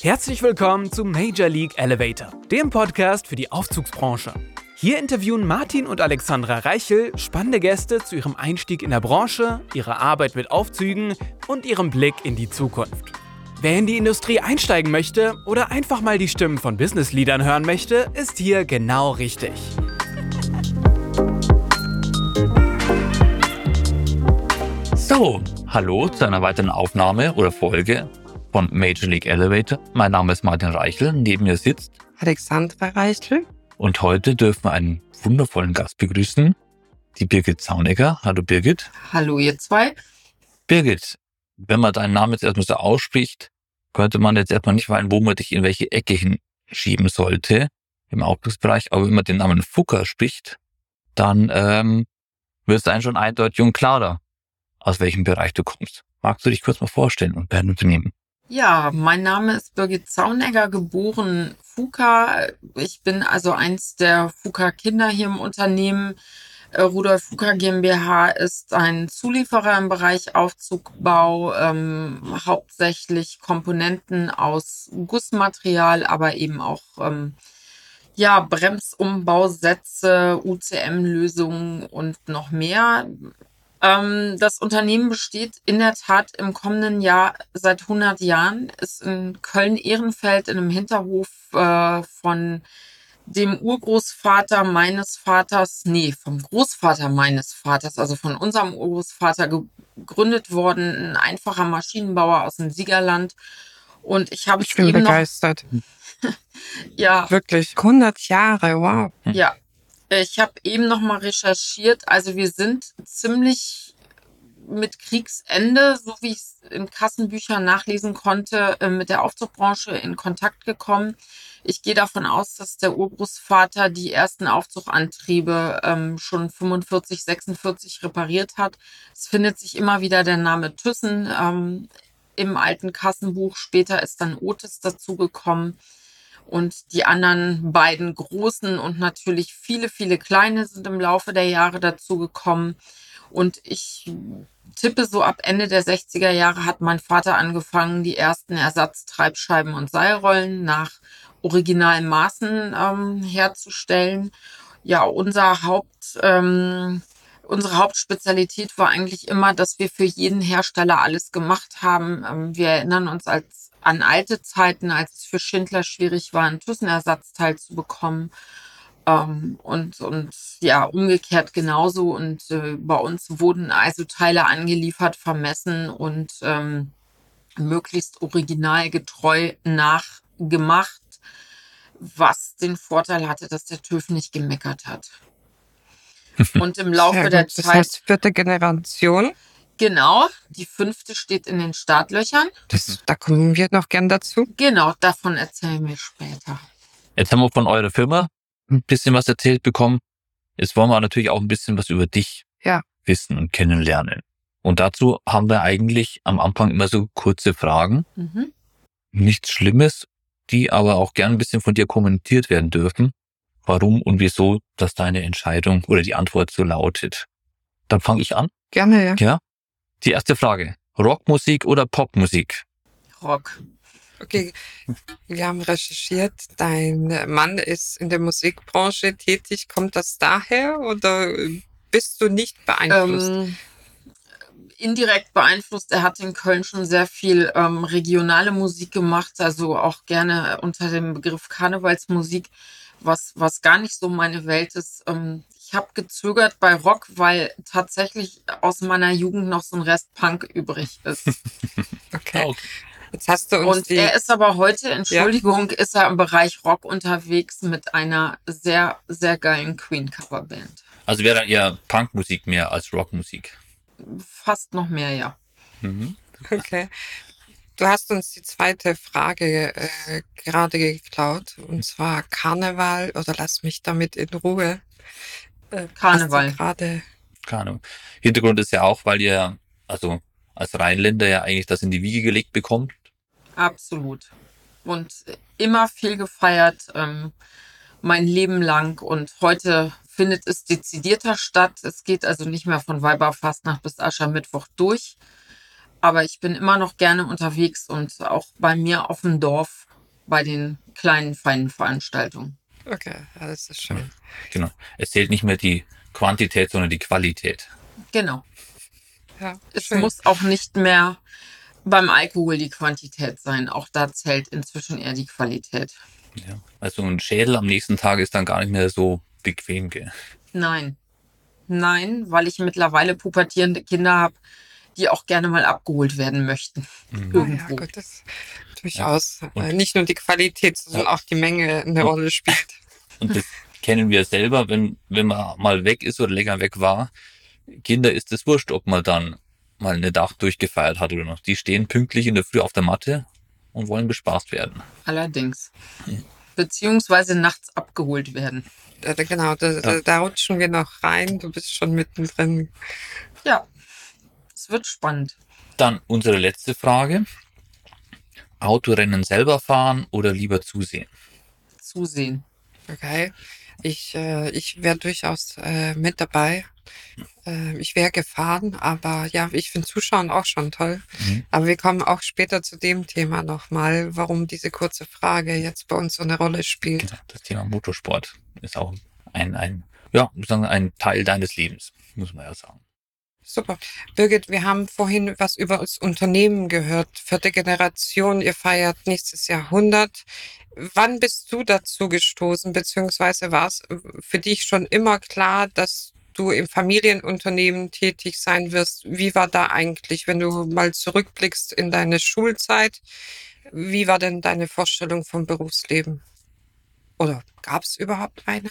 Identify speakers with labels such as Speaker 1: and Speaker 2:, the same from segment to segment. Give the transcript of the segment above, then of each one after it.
Speaker 1: Herzlich willkommen zu Major League Elevator, dem Podcast für die Aufzugsbranche. Hier interviewen Martin und Alexandra Reichel spannende Gäste zu ihrem Einstieg in der Branche, ihrer Arbeit mit Aufzügen und ihrem Blick in die Zukunft. Wer in die Industrie einsteigen möchte oder einfach mal die Stimmen von Business-Leadern hören möchte, ist hier genau richtig.
Speaker 2: So, hallo zu einer weiteren Aufnahme oder Folge von Major League Elevator. Mein Name ist Martin Reichel, neben mir sitzt
Speaker 3: Alexandra Reichel.
Speaker 2: Und heute dürfen wir einen wundervollen Gast begrüßen, die Birgit Zaunegger. Hallo Birgit.
Speaker 3: Hallo ihr zwei.
Speaker 2: Birgit, wenn man deinen Namen jetzt erstmal so ausspricht, könnte man jetzt erstmal nicht weinen, wo man dich in welche Ecke hinschieben sollte im Aufzugsbereich. Aber wenn man den Namen Fucker spricht, dann wird es einem schon eindeutig und klarer, aus welchem Bereich du kommst. Magst du dich kurz mal vorstellen und dein Unternehmen?
Speaker 3: Ja, mein Name ist Birgit Zaunegger, geboren Fuka. Ich bin also eins der Fuka-Kinder hier im Unternehmen. Rudolf Fuka GmbH ist ein Zulieferer im Bereich Aufzugbau, hauptsächlich Komponenten aus Gussmaterial, aber eben auch Bremsumbausätze, UCM-Lösungen und noch mehr. Das Unternehmen besteht in der Tat im kommenden Jahr seit 100 Jahren, ist in Köln-Ehrenfeld in einem Hinterhof von dem Urgroßvater meines Vaters, vom Großvater meines Vaters, also von unserem Urgroßvater gegründet worden, ein einfacher Maschinenbauer aus dem Siegerland. Und ich
Speaker 4: bin begeistert.
Speaker 3: Ja.
Speaker 4: Wirklich. 100 Jahre, wow.
Speaker 3: Ja. Ich habe eben noch mal recherchiert. Also wir sind ziemlich mit Kriegsende, so wie ich es in Kassenbüchern nachlesen konnte, mit der Aufzugbranche in Kontakt gekommen. Ich gehe davon aus, dass der Urgroßvater die ersten Aufzugantriebe schon 45, 46 repariert hat. Es findet sich immer wieder der Name Thyssen im alten Kassenbuch. Später ist dann Otis dazugekommen. Und die anderen beiden großen und natürlich viele, viele kleine sind im Laufe der Jahre dazugekommen. Und ich tippe, so ab Ende der 60er Jahre hat mein Vater angefangen, die ersten Ersatztreibscheiben und Seilrollen nach originalen Maßen herzustellen. Ja, unsere Hauptspezialität war eigentlich immer, dass wir für jeden Hersteller alles gemacht haben. Wir erinnern uns an alte Zeiten, als es für Schindler schwierig war, einen Thyssen-Ersatzteil zu bekommen. Und umgekehrt genauso. Und bei uns wurden also Teile angeliefert, vermessen und möglichst originalgetreu nachgemacht, was den Vorteil hatte, dass der TÜV nicht gemeckert hat. Und im Laufe der Zeit...
Speaker 4: Das heißt 4. Generation.
Speaker 3: Genau, die 5. steht in den Startlöchern.
Speaker 4: Da kommen wir noch gern dazu.
Speaker 3: Genau, davon erzählen wir später.
Speaker 2: Jetzt haben wir von eurer Firma ein bisschen was erzählt bekommen. Jetzt wollen wir natürlich auch ein bisschen was über dich wissen und kennenlernen. Und dazu haben wir eigentlich am Anfang immer so kurze Fragen.
Speaker 3: Mhm.
Speaker 2: Nichts Schlimmes, die aber auch gern ein bisschen von dir kommentiert werden dürfen. Warum und wieso, dass deine Entscheidung oder die Antwort so lautet. Dann fange ich an.
Speaker 4: Gerne, ja.
Speaker 2: Ja. Die erste Frage. Rockmusik oder Popmusik?
Speaker 3: Rock.
Speaker 4: Okay, wir haben recherchiert, dein Mann ist in der Musikbranche tätig. Kommt das daher oder bist du nicht beeinflusst?
Speaker 3: Indirekt beeinflusst. Er hat in Köln schon sehr viel regionale Musik gemacht, also auch gerne unter dem Begriff Karnevalsmusik, was gar nicht so meine Welt ist. Ich habe gezögert bei Rock, weil tatsächlich aus meiner Jugend noch so ein Rest Punk übrig ist.
Speaker 4: Okay. Jetzt hast du uns
Speaker 3: und er ist aber heute, ist er im Bereich Rock unterwegs mit einer sehr, sehr geilen Queen-Coverband.
Speaker 2: Also wäre dann eher Punkmusik mehr als Rockmusik?
Speaker 3: Fast noch mehr, ja.
Speaker 2: Mhm.
Speaker 4: Okay. Du hast uns die zweite Frage gerade geklaut, und zwar Karneval oder lass mich damit in Ruhe.
Speaker 3: Karneval.
Speaker 2: Keine Ahnung. Hintergrund ist ja auch, weil ihr also als Rheinländer ja eigentlich das in die Wiege gelegt bekommt.
Speaker 3: Absolut. Und immer viel gefeiert, mein Leben lang. Und heute findet es dezidierter statt. Es geht also nicht mehr von Weiberfastnacht bis Aschermittwoch durch. Aber ich bin immer noch gerne unterwegs und auch bei mir auf dem Dorf bei den kleinen, feinen Veranstaltungen.
Speaker 4: Okay, ja, das ist schön.
Speaker 2: Genau. Es zählt nicht mehr die Quantität, sondern die Qualität.
Speaker 3: Genau.
Speaker 4: Ja,
Speaker 3: Es
Speaker 4: schön.
Speaker 3: muss auch nicht mehr beim Alkohol die Quantität sein. Auch da zählt inzwischen eher die Qualität.
Speaker 2: Ja. Also ein Schädel am nächsten Tag ist dann gar nicht mehr so bequem, gell?
Speaker 3: Nein, weil ich mittlerweile pubertierende Kinder habe, die auch gerne mal abgeholt werden möchten.
Speaker 4: Ah, ja,
Speaker 3: Irgendwo.
Speaker 4: gut, das durchaus.
Speaker 2: Und-
Speaker 4: Nicht nur die Qualität, sondern auch die Menge eine Rolle spielt.
Speaker 2: Und das kennen wir selber, wenn man mal weg ist oder länger weg war. Kinder ist es wurscht, ob man dann mal eine Nacht durchgefeiert hat oder noch. Die stehen pünktlich in der Früh auf der Matte und wollen bespaßt werden.
Speaker 3: Allerdings. Beziehungsweise nachts abgeholt werden.
Speaker 4: Genau, da rutschen wir noch rein. Du bist schon mittendrin.
Speaker 3: Ja, es wird spannend.
Speaker 2: Dann unsere letzte Frage. Autorennen selber fahren oder lieber zusehen?
Speaker 3: Zusehen.
Speaker 4: Okay. Ich wäre durchaus mit dabei. Ich wäre gefahren, aber ja, ich finde Zuschauen auch schon toll. Aber wir kommen auch später zu dem Thema nochmal, warum diese kurze Frage jetzt bei uns so eine Rolle spielt.
Speaker 2: Genau, das Thema Motorsport ist auch ein Teil deines Lebens, muss man ja sagen.
Speaker 4: Super. Birgit, wir haben vorhin was über das Unternehmen gehört. 4. Generation, ihr feiert nächstes Jahr 100. Wann bist du dazu gestoßen, beziehungsweise war es für dich schon immer klar, dass du im Familienunternehmen tätig sein wirst? Wie war da eigentlich, wenn du mal zurückblickst in deine Schulzeit, wie war denn deine Vorstellung vom Berufsleben? Oder gab es überhaupt eine?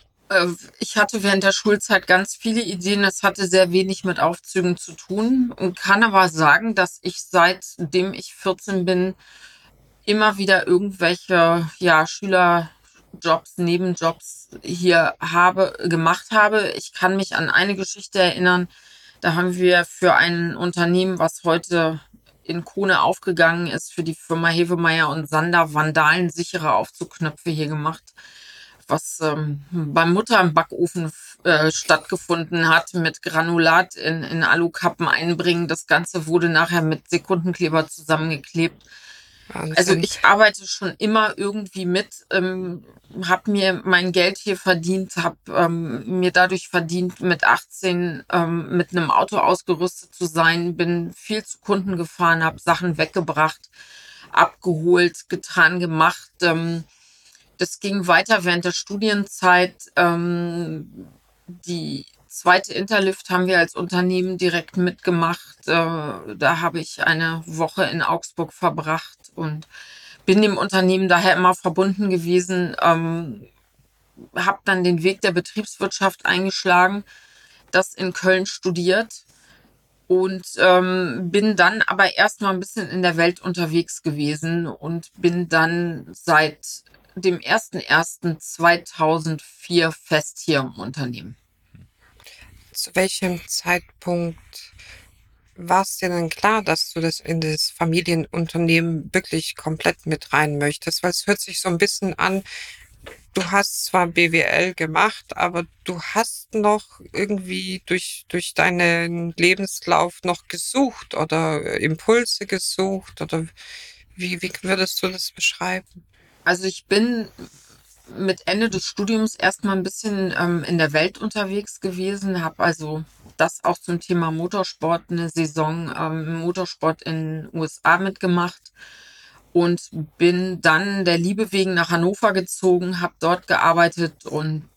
Speaker 3: Ich hatte während der Schulzeit ganz viele Ideen. Es hatte sehr wenig mit Aufzügen zu tun und kann aber sagen, dass ich seitdem ich 14 bin immer wieder irgendwelche Schülerjobs, Nebenjobs hier gemacht habe. Ich kann mich an eine Geschichte erinnern. Da haben wir für ein Unternehmen, was heute in Kone aufgegangen ist, für die Firma Hefemeyer und Sander vandalensichere Aufzugknöpfe hier gemacht, was beim Mutter im Backofen stattgefunden hat, mit Granulat in Alukappen einbringen. Das Ganze wurde nachher mit Sekundenkleber zusammengeklebt.
Speaker 4: Wahnsinn.
Speaker 3: Also ich arbeite schon immer irgendwie mit, habe mir mein Geld hier verdient, habe mir dadurch verdient, mit 18 mit einem Auto ausgerüstet zu sein, bin viel zu Kunden gefahren, habe Sachen weggebracht, abgeholt, getan, gemacht. Das ging weiter während der Studienzeit. Die zweite Interlift haben wir als Unternehmen direkt mitgemacht. Da habe ich eine Woche in Augsburg verbracht und bin dem Unternehmen daher immer verbunden gewesen. Habe dann den Weg der Betriebswirtschaft eingeschlagen, das in Köln studiert und bin dann aber erstmal ein bisschen in der Welt unterwegs gewesen und bin dann seit dem 01.01.2004 fest hier im Unternehmen.
Speaker 4: Zu welchem Zeitpunkt war es dir denn klar, dass du das in das Familienunternehmen wirklich komplett mit rein möchtest? Weil es hört sich so ein bisschen an, du hast zwar BWL gemacht, aber du hast noch irgendwie durch deinen Lebenslauf noch gesucht oder Impulse gesucht oder wie würdest du das beschreiben?
Speaker 3: Also ich bin mit Ende des Studiums erstmal ein bisschen in der Welt unterwegs gewesen, habe also das auch zum Thema Motorsport, eine Saison im Motorsport in den USA mitgemacht und bin dann der Liebe wegen nach Hannover gezogen, habe dort gearbeitet und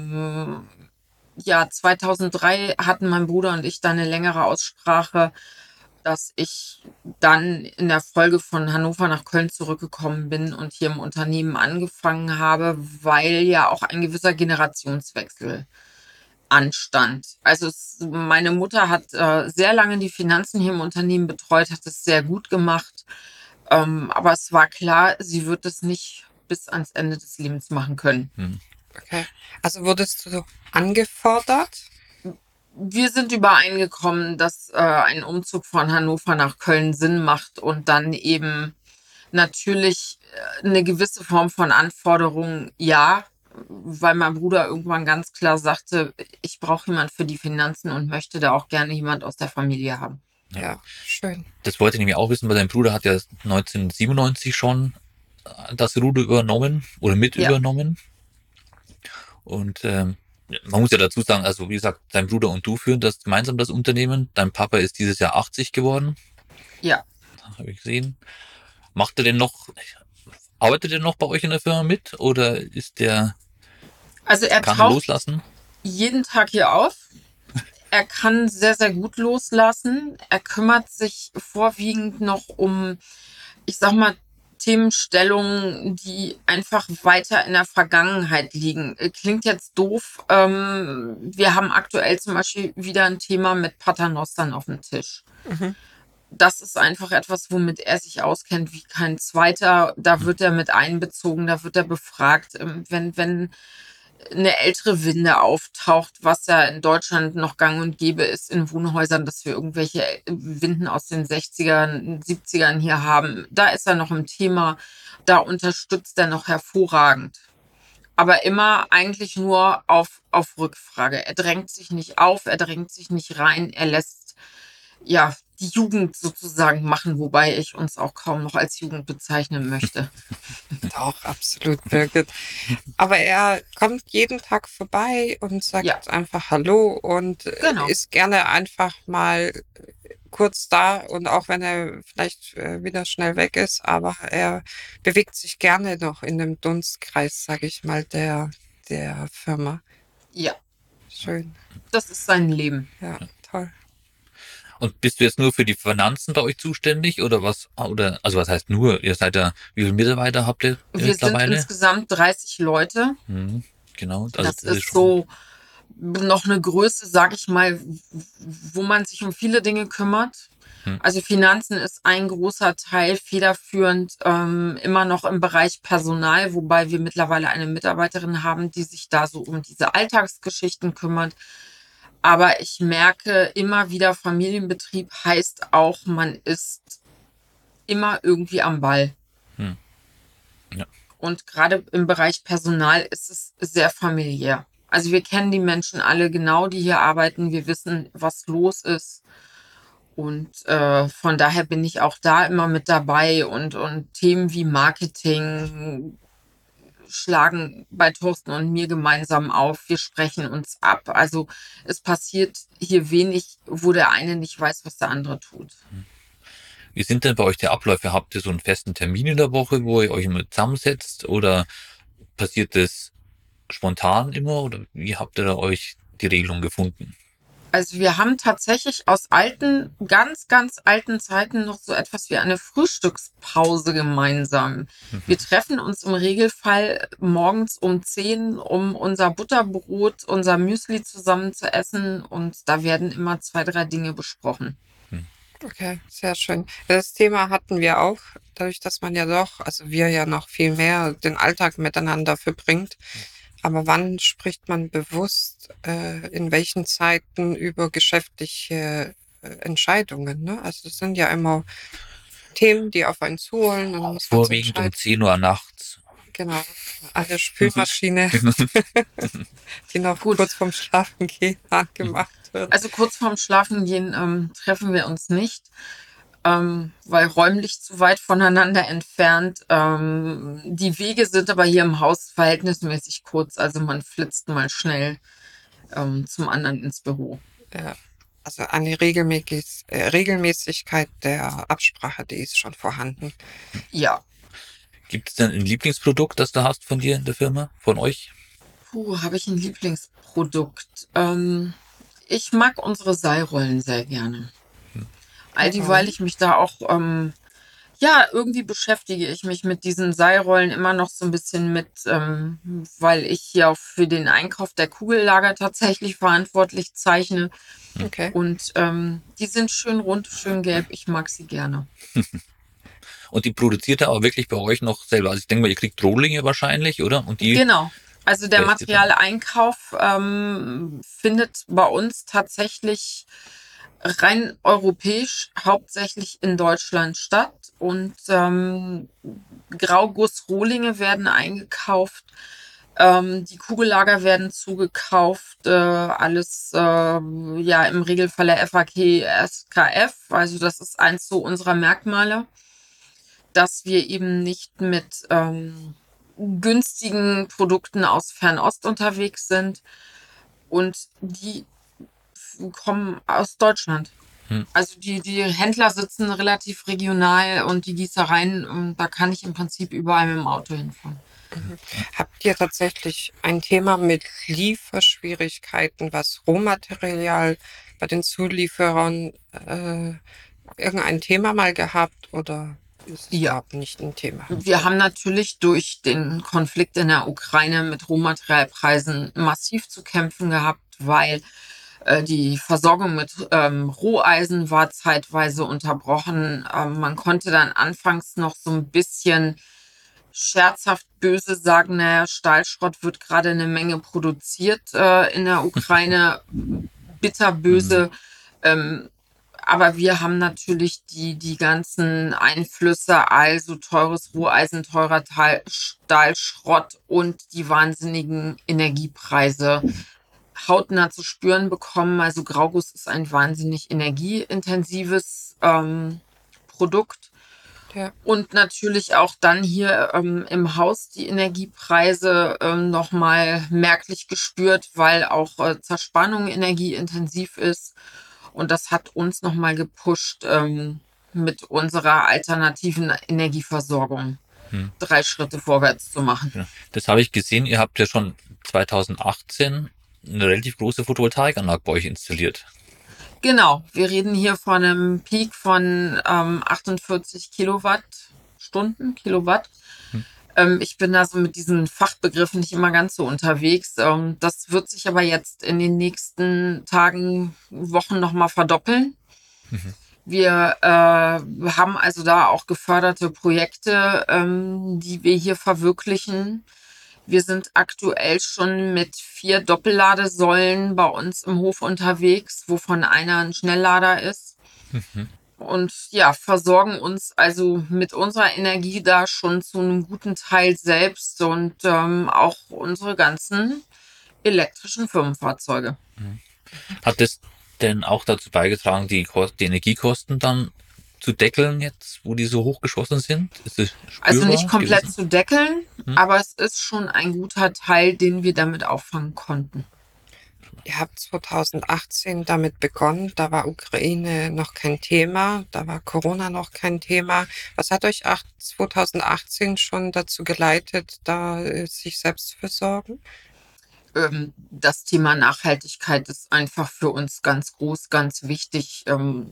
Speaker 3: 2003 hatten mein Bruder und ich dann eine längere Aussprache, dass ich dann in der Folge von Hannover nach Köln zurückgekommen bin und hier im Unternehmen angefangen habe, weil ja auch ein gewisser Generationswechsel anstand. Also meine Mutter hat sehr lange die Finanzen hier im Unternehmen betreut, hat es sehr gut gemacht. Aber es war klar, sie wird es nicht bis ans Ende des Lebens machen können.
Speaker 4: Okay. Also wurdest du so angefordert?
Speaker 3: Wir sind übereingekommen, dass ein Umzug von Hannover nach Köln Sinn macht und dann eben natürlich eine gewisse Form von Anforderung, ja, weil mein Bruder irgendwann ganz klar sagte, ich brauche jemand für die Finanzen und möchte da auch gerne jemand aus der Familie haben.
Speaker 4: Ja, schön.
Speaker 2: Das wollte ich nämlich auch wissen, weil dein Bruder hat ja 1997 schon das Ruder übernommen oder mit
Speaker 3: Ja.
Speaker 2: übernommen. Und man muss ja dazu sagen, also wie gesagt, dein Bruder und du führen das gemeinsam das Unternehmen. Dein Papa ist dieses Jahr 80 geworden,
Speaker 3: Ja.
Speaker 2: habe ich gesehen. Macht er denn noch, arbeitet er noch bei euch in der Firma mit oder ist der,
Speaker 3: Also er
Speaker 2: kann er
Speaker 3: taucht
Speaker 2: loslassen?
Speaker 3: jeden Tag hier auf. Er kann sehr, sehr gut loslassen. Er kümmert sich vorwiegend noch um, ich sag mal, Themenstellungen, die einfach weiter in der Vergangenheit liegen. Klingt jetzt doof. Wir haben aktuell zum Beispiel wieder ein Thema mit Paternostern auf dem Tisch.
Speaker 4: Mhm.
Speaker 3: Das ist einfach etwas, womit er sich auskennt wie kein zweiter. Da wird er mit einbezogen, da wird er befragt. Wenn eine ältere Winde auftaucht, was ja in Deutschland noch gang und gäbe ist in Wohnhäusern, dass wir irgendwelche Winden aus den 60ern, 70ern hier haben. Da ist er noch im Thema, da unterstützt er noch hervorragend. Aber immer eigentlich nur auf Rückfrage. Er drängt sich nicht auf, er drängt sich nicht rein, er lässt ja die Jugend sozusagen machen, wobei ich uns auch kaum noch als Jugend bezeichnen möchte.
Speaker 4: Doch, absolut, Birgit. Aber er kommt jeden Tag vorbei und sagt
Speaker 3: Ja.
Speaker 4: einfach Hallo und
Speaker 3: Genau.
Speaker 4: ist gerne einfach mal kurz da. Und auch wenn er vielleicht wieder schnell weg ist, aber er bewegt sich gerne noch in dem Dunstkreis, sage ich mal, der Firma.
Speaker 3: Ja,
Speaker 4: Schön.
Speaker 3: das ist sein Leben.
Speaker 4: Ja, toll.
Speaker 2: Und bist du jetzt nur für die Finanzen bei euch zuständig oder was? Oder also was heißt nur? Ihr seid ja, wie viele Mitarbeiter habt ihr
Speaker 3: Wir sind
Speaker 2: mittlerweile?
Speaker 3: insgesamt 30 Leute.
Speaker 2: Genau, also
Speaker 3: Das ist so noch eine Größe, sag ich mal, wo man sich um viele Dinge kümmert. Also Finanzen ist ein großer Teil, federführend immer noch im Bereich Personal, wobei wir mittlerweile eine Mitarbeiterin haben, die sich da so um diese Alltagsgeschichten kümmert. Aber ich merke immer wieder, Familienbetrieb heißt auch, man ist immer irgendwie am Ball.
Speaker 2: Ja.
Speaker 3: Und gerade im Bereich Personal ist es sehr familiär. Also wir kennen die Menschen alle genau, die hier arbeiten. Wir wissen, was los ist. Und von daher bin ich auch da immer mit dabei. Und Themen wie Marketing schlagen bei Thorsten und mir gemeinsam auf. Wir sprechen uns ab. Also es passiert hier wenig, wo der eine nicht weiß, was der andere tut.
Speaker 2: Wie sind denn bei euch die Abläufe? Habt ihr so einen festen Termin in der Woche, wo ihr euch immer zusammensetzt oder passiert das spontan immer oder wie habt ihr da euch die Regelung gefunden?
Speaker 3: Also wir haben tatsächlich aus alten, ganz, ganz alten Zeiten noch so etwas wie eine Frühstückspause gemeinsam. Wir treffen uns im Regelfall morgens um 10, um unser Butterbrot, unser Müsli zusammen zu essen und da werden immer 2, 3 Dinge besprochen.
Speaker 4: Okay, sehr schön. Das Thema hatten wir auch, dadurch, dass man ja doch, also wir ja noch viel mehr den Alltag miteinander verbringt. Aber wann spricht man bewusst, in welchen Zeiten über geschäftliche Entscheidungen? Ne? Also es sind ja immer Themen, die auf einen zuholen und dann muss man
Speaker 2: Vorwiegend um 10 Uhr nachts.
Speaker 4: Genau, alle Spülmaschine, die noch
Speaker 3: Gut.
Speaker 4: kurz vorm Schlafen gehen, angemacht wird.
Speaker 3: Also kurz vorm Schlafengehen treffen wir uns nicht, weil räumlich zu weit voneinander entfernt. Die Wege sind aber hier im Haus verhältnismäßig kurz, also man flitzt mal schnell zum anderen ins Büro.
Speaker 4: Ja, also eine Regelmäßigkeit der Absprache, die ist schon vorhanden.
Speaker 3: Ja,
Speaker 2: Gibt es denn ein Lieblingsprodukt, das du hast von dir in der Firma, von euch?
Speaker 3: habe ich ein Lieblingsprodukt? Ich mag unsere Seilrollen sehr gerne. All die, weil ich mich da auch, ja, irgendwie beschäftige ich mich mit diesen Seilrollen immer noch so ein bisschen mit, weil ich hier auch für den Einkauf der Kugellager tatsächlich verantwortlich zeichne.
Speaker 4: Okay.
Speaker 3: Und die sind schön rund, schön gelb. Ich mag sie gerne.
Speaker 2: Und die produziert er aber wirklich bei euch noch selber. Also ich denke mal, ihr kriegt Rohlinge wahrscheinlich, oder? Und die
Speaker 3: Genau. Also der
Speaker 2: Beste dann.
Speaker 3: Materialeinkauf findet bei uns tatsächlich rein europäisch, hauptsächlich in Deutschland statt. Und Graugussrohlinge werden eingekauft. Die Kugellager werden zugekauft. Alles ja im Regelfall der FAK, SKF. Also das ist eins so unserer Merkmale. dass wir eben nicht mit günstigen Produkten aus Fernost unterwegs sind und die kommen aus Deutschland.
Speaker 2: Hm.
Speaker 3: Also die Händler sitzen relativ regional und die Gießereien, da kann ich im Prinzip überall mit dem Auto hinfahren.
Speaker 4: Habt ihr tatsächlich ein Thema mit Lieferschwierigkeiten, was Rohmaterial bei den Zulieferern, irgendein Thema mal gehabt oder ist es
Speaker 3: Ja.
Speaker 4: überhaupt nicht ein Thema?
Speaker 3: Wir haben natürlich durch den Konflikt in der Ukraine mit Rohmaterialpreisen massiv zu kämpfen gehabt, weil die Versorgung mit Roheisen war zeitweise unterbrochen. Man konnte dann anfangs noch so ein bisschen scherzhaft böse sagen, naja, Stahlschrott wird gerade eine Menge produziert in der Ukraine. Bitterböse. Aber wir haben natürlich die ganzen Einflüsse, also teures Roheisen, teurer Stahlschrott und die wahnsinnigen Energiepreise hautnah zu spüren bekommen. Also Grauguss ist ein wahnsinnig energieintensives Produkt.
Speaker 4: Ja.
Speaker 3: Und natürlich auch dann hier im Haus die Energiepreise nochmal merklich gespürt, weil auch Zerspannung energieintensiv ist. Und das hat uns nochmal gepusht, mit unserer alternativen Energieversorgung 3 Schritte vorwärts zu machen.
Speaker 2: Genau. Das habe ich gesehen. Ihr habt ja schon 2018 eine relativ große Photovoltaikanlage bei euch installiert.
Speaker 3: Genau, wir reden hier von einem Peak von 48 Kilowattstunden, Kilowatt. Ich bin da so mit diesen Fachbegriffen nicht immer ganz so unterwegs. Das wird sich aber jetzt in den nächsten Tagen, Wochen nochmal verdoppeln. Wir haben also da auch geförderte Projekte, die wir hier verwirklichen. Wir sind aktuell schon mit 4 Doppelladesäulen bei uns im Hof unterwegs, wovon einer ein Schnelllader ist. Und ja, versorgen uns also mit unserer Energie da schon zu einem guten Teil selbst und auch unsere ganzen elektrischen Firmenfahrzeuge.
Speaker 2: Hat das denn auch dazu beigetragen, die Energiekosten dann zu deckeln jetzt, wo die so hochgeschossen sind? Ist es spürbar
Speaker 3: Also nicht komplett
Speaker 2: gewesen?
Speaker 3: zu deckeln, aber es ist schon ein guter Teil, den wir damit auffangen konnten.
Speaker 4: Ihr habt 2018 damit begonnen, da war Ukraine noch kein Thema, da war Corona noch kein Thema. Was hat euch 2018 schon dazu geleitet, da sich selbst zu versorgen?
Speaker 3: Das Thema Nachhaltigkeit ist einfach für uns ganz groß, ganz wichtig.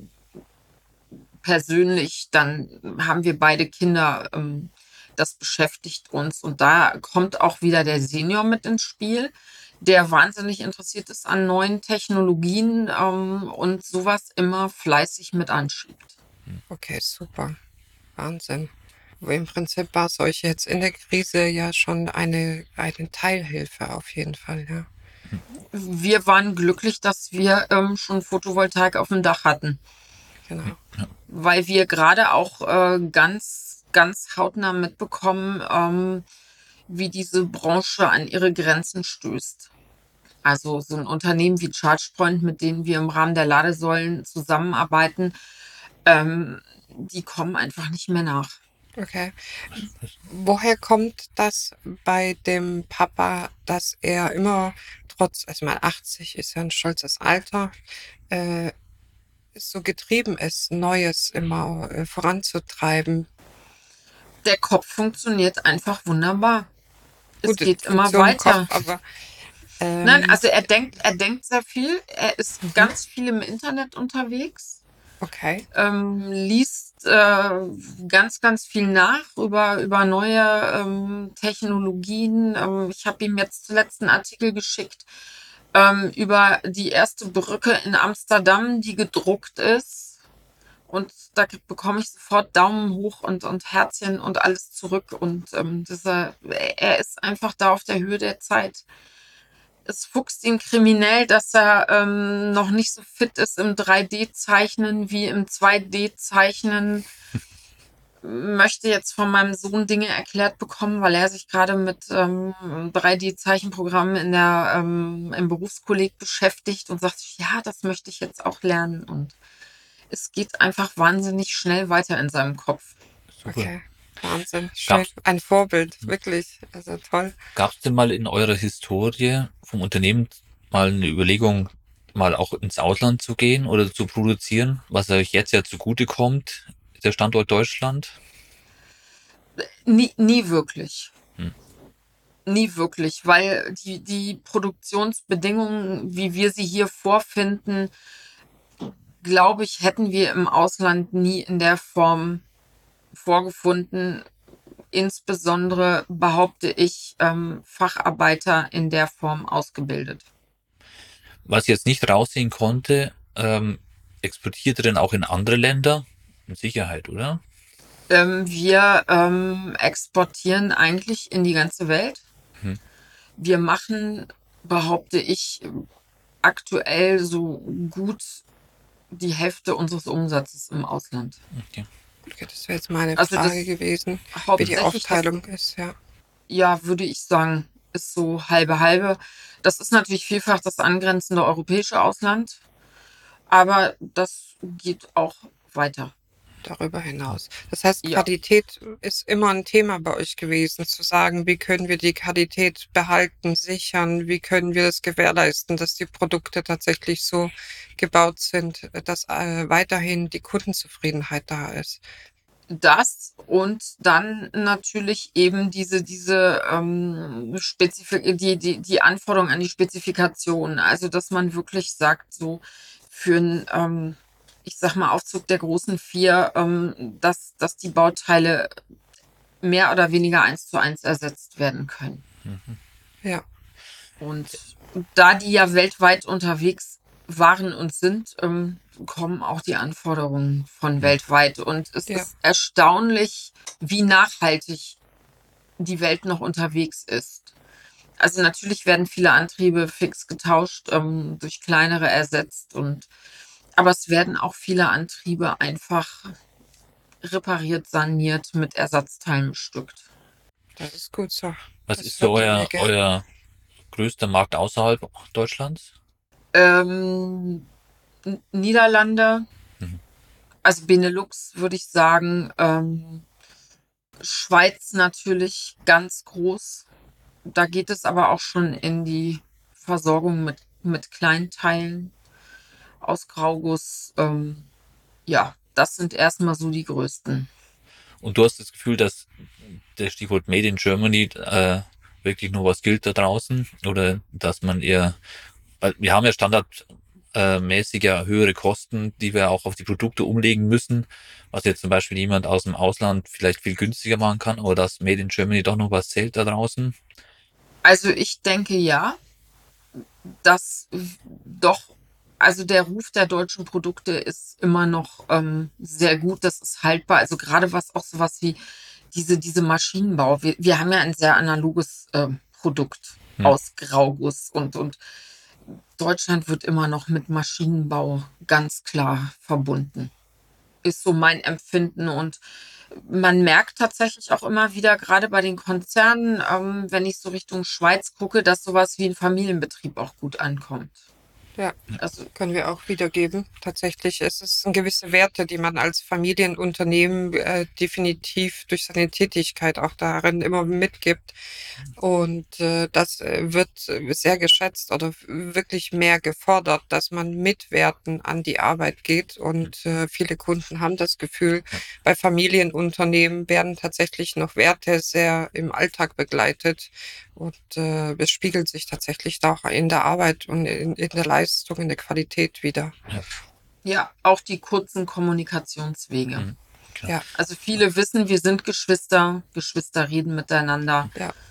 Speaker 3: Persönlich, dann haben wir beide Kinder, das beschäftigt uns. Und da kommt auch wieder der Senior mit ins Spiel, der wahnsinnig interessiert ist an neuen Technologien und sowas immer fleißig mit anschiebt.
Speaker 4: Okay, super. Wahnsinn. Im Prinzip war es euch jetzt in der Krise ja schon eine Teilhilfe auf jeden Fall, ja.
Speaker 3: Wir waren glücklich, dass wir schon Photovoltaik auf dem Dach hatten,
Speaker 4: Genau.
Speaker 3: weil wir gerade auch ganz, ganz hautnah mitbekommen, wie diese Branche an ihre Grenzen stößt. Also so ein Unternehmen wie ChargePoint, mit denen wir im Rahmen der Ladesäulen zusammenarbeiten, die kommen einfach nicht mehr nach.
Speaker 4: Okay. Woher kommt das bei dem Papa, dass er immer trotz, also mal 80 ist ja ein stolzes Alter, so getrieben ist, Neues immer voranzutreiben?
Speaker 3: Der Kopf funktioniert einfach wunderbar. Es
Speaker 4: Gut,
Speaker 3: geht immer
Speaker 4: Funktion im
Speaker 3: weiter.
Speaker 4: Kopf, aber
Speaker 3: Nein, also er denkt sehr viel. Er ist ganz viel im Internet unterwegs,
Speaker 4: okay.
Speaker 3: liest ganz, ganz viel nach über neue Technologien. Ich habe ihm jetzt zuletzt einen Artikel geschickt über die erste Brücke in Amsterdam, die gedruckt ist. Und da bekomme ich sofort Daumen hoch und Herzchen und alles zurück. Und er ist einfach da auf der Höhe der Zeit. Es fuchst ihn kriminell, dass er noch nicht so fit ist im 3D-Zeichnen wie im 2D-Zeichnen. Möchte jetzt von meinem Sohn Dinge erklärt bekommen, weil er sich gerade mit 3D-Zeichenprogrammen im Berufskolleg beschäftigt und sagt, ja, das möchte ich jetzt auch lernen. Und es geht einfach wahnsinnig schnell weiter in seinem Kopf.
Speaker 2: Super.
Speaker 4: Okay, Wahnsinn. Schön. Ein Vorbild, wirklich. Also toll.
Speaker 2: Gab es denn mal in eurer Historie vom Unternehmen mal eine Überlegung, mal auch ins Ausland zu gehen oder zu produzieren, was euch jetzt ja zugutekommt, der Standort Deutschland?
Speaker 3: Nie wirklich.
Speaker 2: Hm.
Speaker 3: Nie wirklich, weil die Produktionsbedingungen, wie wir sie hier vorfinden, glaube ich, hätten wir im Ausland nie in der Form vorgefunden. Insbesondere behaupte ich, Facharbeiter in der Form ausgebildet.
Speaker 2: Was ich jetzt nicht raussehen konnte, exportiert ihr denn auch in andere Länder? Mit Sicherheit, oder?
Speaker 3: Wir exportieren eigentlich in die ganze Welt.
Speaker 2: Hm.
Speaker 3: Wir machen, behaupte ich, aktuell so gut die Hälfte unseres Umsatzes im Ausland.
Speaker 2: Okay.
Speaker 4: Okay, das wäre jetzt meine
Speaker 3: Also
Speaker 4: Frage
Speaker 3: das
Speaker 4: gewesen, wie die
Speaker 3: hauptsächlich
Speaker 4: Aufteilung ist, ja.
Speaker 3: Ja, würde ich sagen, ist so halbe halbe. Das ist natürlich vielfach das angrenzende europäische Ausland, aber das geht auch weiter.
Speaker 4: Darüber hinaus. Das heißt,
Speaker 3: Ja.
Speaker 4: Qualität ist immer ein Thema bei euch gewesen, zu sagen, wie können wir die Qualität behalten, sichern, wie können wir das gewährleisten, dass die Produkte tatsächlich so gebaut sind, dass weiterhin die Kundenzufriedenheit da ist.
Speaker 3: Das und dann natürlich eben die Anforderungen an die Spezifikation. Also, dass man wirklich sagt, so für 'n, ich sage mal, Aufzug der großen 4, dass die Bauteile mehr oder weniger 1:1 ersetzt werden können.
Speaker 2: Mhm.
Speaker 4: Ja,
Speaker 3: Und da die ja weltweit unterwegs waren und sind, kommen auch die Anforderungen von weltweit. Und es
Speaker 4: Ja.
Speaker 3: ist erstaunlich, wie nachhaltig die Welt noch unterwegs ist. Also natürlich werden viele Antriebe fix getauscht, durch kleinere ersetzt aber es werden auch viele Antriebe einfach repariert, saniert, mit Ersatzteilen bestückt.
Speaker 4: das ist gut so.
Speaker 2: Was
Speaker 4: Das
Speaker 2: ist so
Speaker 4: hört man ja gern.
Speaker 2: euer größter Markt außerhalb Deutschlands?
Speaker 3: Niederlande,
Speaker 2: Mhm.
Speaker 3: also Benelux würde ich sagen, Schweiz natürlich ganz groß. Da geht es aber auch schon in die Versorgung mit Kleinteilen aus Grauguss. Ja, das sind erstmal so die größten.
Speaker 2: Und du hast das Gefühl, dass der Stichwort Made in Germany wirklich nur was gilt da draußen? Oder dass man eher, weil wir haben ja standardmäßig ja höhere Kosten, die wir auch auf die Produkte umlegen müssen, was jetzt zum Beispiel jemand aus dem Ausland vielleicht viel günstiger machen kann, aber dass Made in Germany doch noch was zählt da draußen?
Speaker 3: Also ich denke ja, dass doch, also der Ruf der deutschen Produkte ist immer noch sehr gut, das ist haltbar. Also gerade was auch sowas wie diese Maschinenbau. Wir haben ja ein sehr analoges Produkt aus Grauguss und Deutschland wird immer noch mit Maschinenbau ganz klar verbunden. Ist so mein Empfinden und man merkt tatsächlich auch immer wieder, gerade bei den Konzernen, wenn ich so Richtung Schweiz gucke, dass sowas wie ein Familienbetrieb auch gut ankommt.
Speaker 4: Ja,
Speaker 3: Also
Speaker 4: können wir auch wiedergeben. Tatsächlich ist es sind gewisse Werte, die man als Familienunternehmen definitiv durch seine Tätigkeit auch darin immer mitgibt. Und das wird sehr geschätzt oder wirklich mehr gefordert, dass man mit Werten an die Arbeit geht. Und viele Kunden haben das Gefühl, bei Familienunternehmen werden tatsächlich noch Werte sehr im Alltag begleitet. Und es spiegelt sich tatsächlich da auch in der Arbeit und in der Leistung, in der Qualität wieder.
Speaker 3: ja, auch die kurzen Kommunikationswege.
Speaker 2: Mhm. Klar.
Speaker 4: Ja,
Speaker 3: Also viele wissen, wir sind Geschwister, Geschwister reden miteinander.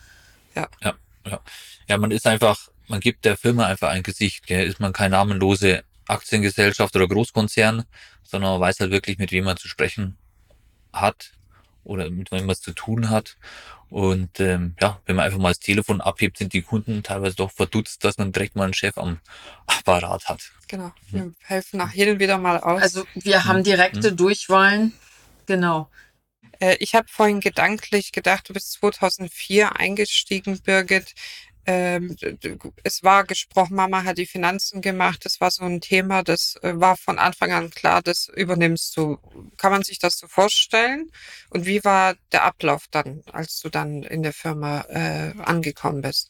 Speaker 2: Ja, man gibt der Firma einfach ein Gesicht, gell? Ist man keine namenlose Aktiengesellschaft oder Großkonzern, sondern man weiß halt wirklich, mit wem man zu sprechen hat oder mit wem man es zu tun hat. Und ja, wenn man einfach mal das Telefon abhebt, sind die Kunden teilweise doch verdutzt, dass man direkt mal einen Chef am Apparat hat.
Speaker 4: genau. Wir helfen nach hin und wieder mal aus.
Speaker 3: Also wir haben direkte Durchwahlen. Genau.
Speaker 4: Ich habe vorhin gedanklich gedacht, du bist 2004 eingestiegen, Birgit. Es war gesprochen, Mama hat die Finanzen gemacht. Das war so ein Thema, das war von Anfang an klar, das übernimmst du. Kann man sich das so vorstellen? Und wie war der Ablauf dann, als du dann in der Firma angekommen bist?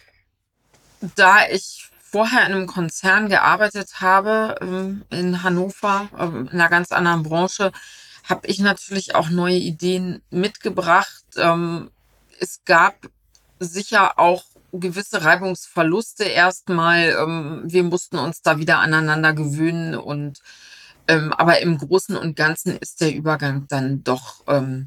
Speaker 3: Da ich vorher in einem Konzern gearbeitet habe, in Hannover, in einer ganz anderen Branche, habe ich natürlich auch neue Ideen mitgebracht. Es gab sicher auch gewisse Reibungsverluste erstmal. Wir mussten uns da wieder aneinander gewöhnen und aber im Großen und Ganzen ist der Übergang dann doch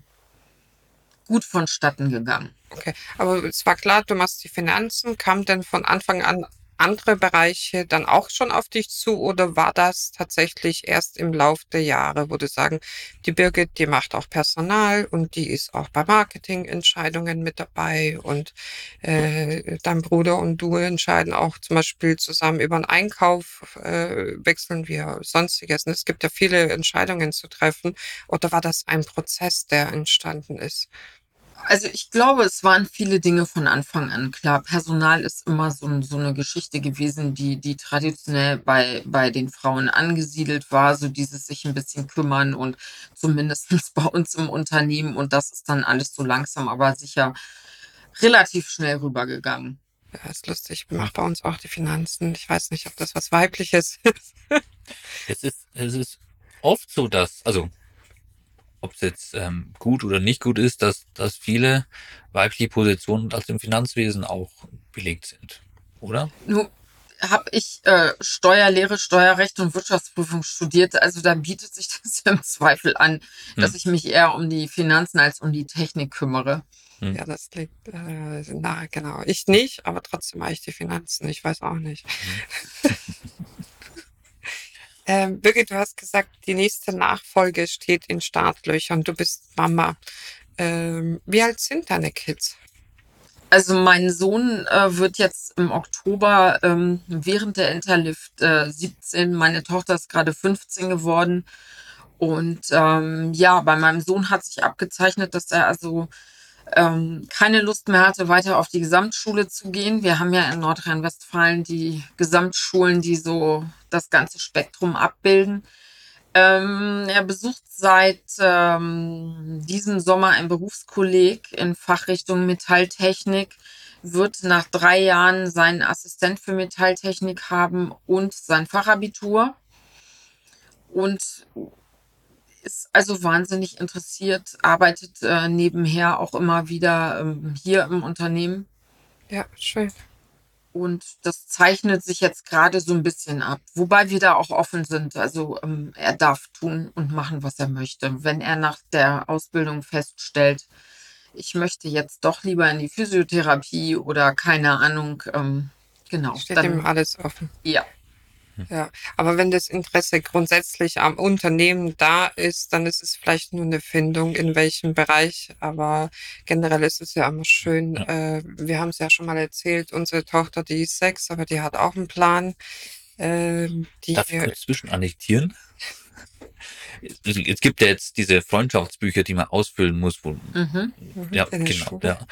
Speaker 3: gut vonstatten gegangen.
Speaker 4: Okay, aber es war klar, du machst die Finanzen. Kam denn von Anfang an andere Bereiche dann auch schon auf dich zu oder war das tatsächlich erst im Lauf der Jahre, wo du sagen, die Birgit, die macht auch Personal und die ist auch bei Marketingentscheidungen mit dabei und dein Bruder und du entscheiden auch zum Beispiel zusammen über einen Einkauf, wechseln wir Sonstiges. Und es gibt ja viele Entscheidungen zu treffen. Oder war das ein Prozess, der entstanden ist?
Speaker 3: Also ich glaube, es waren viele Dinge von Anfang an klar. Personal ist immer so eine Geschichte gewesen, die traditionell bei den Frauen angesiedelt war, so dieses sich ein bisschen kümmern und zumindestens bei uns im Unternehmen. Und das ist dann alles so langsam, aber sicher relativ schnell rübergegangen.
Speaker 4: Ja, ist lustig. Ich mache bei uns auch die Finanzen. Ich weiß nicht, ob das was Weibliches ist.
Speaker 2: Es ist oft so, also ob es jetzt gut oder nicht gut ist, dass viele weibliche Positionen aus dem Finanzwesen auch belegt sind, oder?
Speaker 3: Nun habe ich Steuerlehre, Steuerrecht und Wirtschaftsprüfung studiert. Also da bietet sich das im Zweifel an, dass
Speaker 2: Hm.
Speaker 3: ich mich eher um die Finanzen als um die Technik kümmere.
Speaker 2: Hm.
Speaker 4: Ja, das liegt nahe, genau. Ich nicht, aber trotzdem mache ich die Finanzen. Ich weiß auch nicht. Birgit, du hast gesagt, die nächste Nachfolge steht in Startlöchern. Du bist Mama. Wie alt sind deine Kids?
Speaker 3: Also mein Sohn wird jetzt im Oktober während der Interlift 17. Meine Tochter ist gerade 15 geworden. Und ja, bei meinem Sohn hat sich abgezeichnet, dass er also keine Lust mehr hatte, weiter auf die Gesamtschule zu gehen. Wir haben ja in Nordrhein-Westfalen die Gesamtschulen, die so das ganze Spektrum abbilden. Er besucht seit diesem Sommer ein Berufskolleg in Fachrichtung Metalltechnik, wird nach 3 Jahren seinen Assistent für Metalltechnik haben und sein Fachabitur und ist also wahnsinnig interessiert, arbeitet nebenher auch immer wieder hier im Unternehmen.
Speaker 4: Ja, schön.
Speaker 3: Und das zeichnet sich jetzt gerade so ein bisschen ab, wobei wir da auch offen sind. Also er darf tun und machen, was er möchte. Wenn er nach der Ausbildung feststellt, ich möchte jetzt doch lieber in die Physiotherapie oder keine Ahnung, genau,
Speaker 4: Steht ihm
Speaker 3: dann
Speaker 4: alles offen.
Speaker 3: ja.
Speaker 4: Ja, aber wenn das Interesse grundsätzlich am Unternehmen da ist, dann ist es vielleicht nur eine Findung, in welchem Bereich. Aber generell ist es ja immer schön.
Speaker 2: Ja.
Speaker 4: Wir haben es ja schon mal erzählt, unsere Tochter, die ist 6, aber die hat auch einen Plan. Die,
Speaker 2: Darf ich kurz zwischen annektieren? Es gibt ja jetzt diese Freundschaftsbücher, die man ausfüllen muss, wo,
Speaker 3: Mhm.
Speaker 2: ja,
Speaker 4: in der
Speaker 2: genau,
Speaker 4: Schule.
Speaker 2: ja.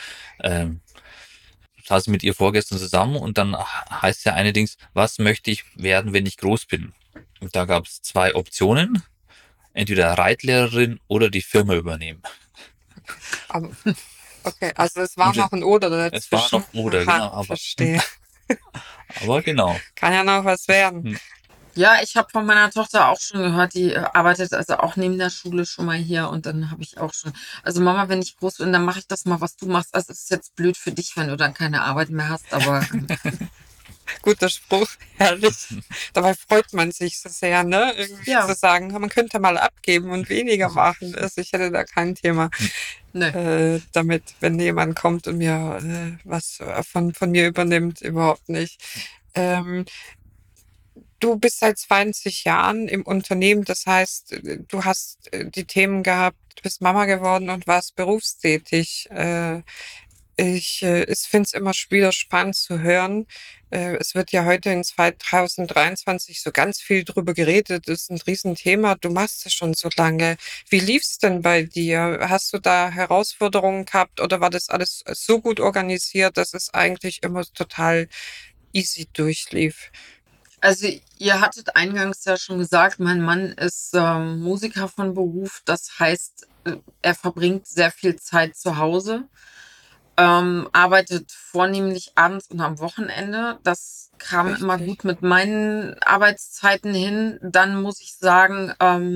Speaker 2: Saß mit ihr vorgestern zusammen und dann heißt ja allerdings, was möchte ich werden, wenn ich groß bin? Und da gab es 2 Optionen, entweder Reitlehrerin oder die Firma übernehmen.
Speaker 4: Aber, okay, also es war
Speaker 2: Und
Speaker 4: noch ein Oder
Speaker 2: es war
Speaker 4: dazwischen.
Speaker 2: noch oder,
Speaker 4: Aha,
Speaker 2: genau,
Speaker 4: verstehe.
Speaker 2: aber genau.
Speaker 4: Kann ja noch was werden.
Speaker 2: Hm.
Speaker 3: Ja, ich habe von meiner Tochter auch schon gehört, die arbeitet also auch neben der Schule schon mal hier und dann habe ich auch schon, also Mama, wenn ich groß bin, dann mache ich das mal, was du machst. Also es ist jetzt blöd für dich, wenn du dann keine Arbeit mehr hast, aber
Speaker 4: Guter Spruch, herrlich. Dabei freut man sich so sehr, ne? Irgendwie
Speaker 3: Ja.
Speaker 4: zu sagen, man könnte mal abgeben und weniger machen. Also ich hätte da kein Thema
Speaker 3: ne.
Speaker 4: damit, wenn jemand kommt und mir was von mir übernimmt, überhaupt nicht. Ähm, Du bist seit 20 Jahren im Unternehmen, das heißt, du hast die Themen gehabt, du bist Mama geworden und warst berufstätig. Ich finde es immer wieder spannend zu hören. Es wird ja heute in 2023 so ganz viel drüber geredet. Das ist ein Riesenthema. Du machst es schon so lange. Wie lief's denn bei dir? Hast du da Herausforderungen gehabt oder war das alles so gut organisiert, dass es eigentlich immer total easy durchlief?
Speaker 3: Also ihr hattet eingangs ja schon gesagt, mein Mann ist Musiker von Beruf. Das heißt, er verbringt sehr viel Zeit zu Hause, arbeitet vornehmlich abends und am Wochenende. Das kam immer
Speaker 4: Richtig.
Speaker 3: gut mit meinen Arbeitszeiten hin. Dann muss ich sagen,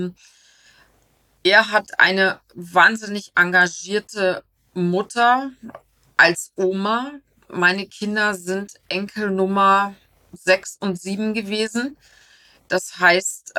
Speaker 3: er hat eine wahnsinnig engagierte Mutter als Oma. Meine Kinder sind Enkel Nummer 6 und 7 gewesen. Das heißt,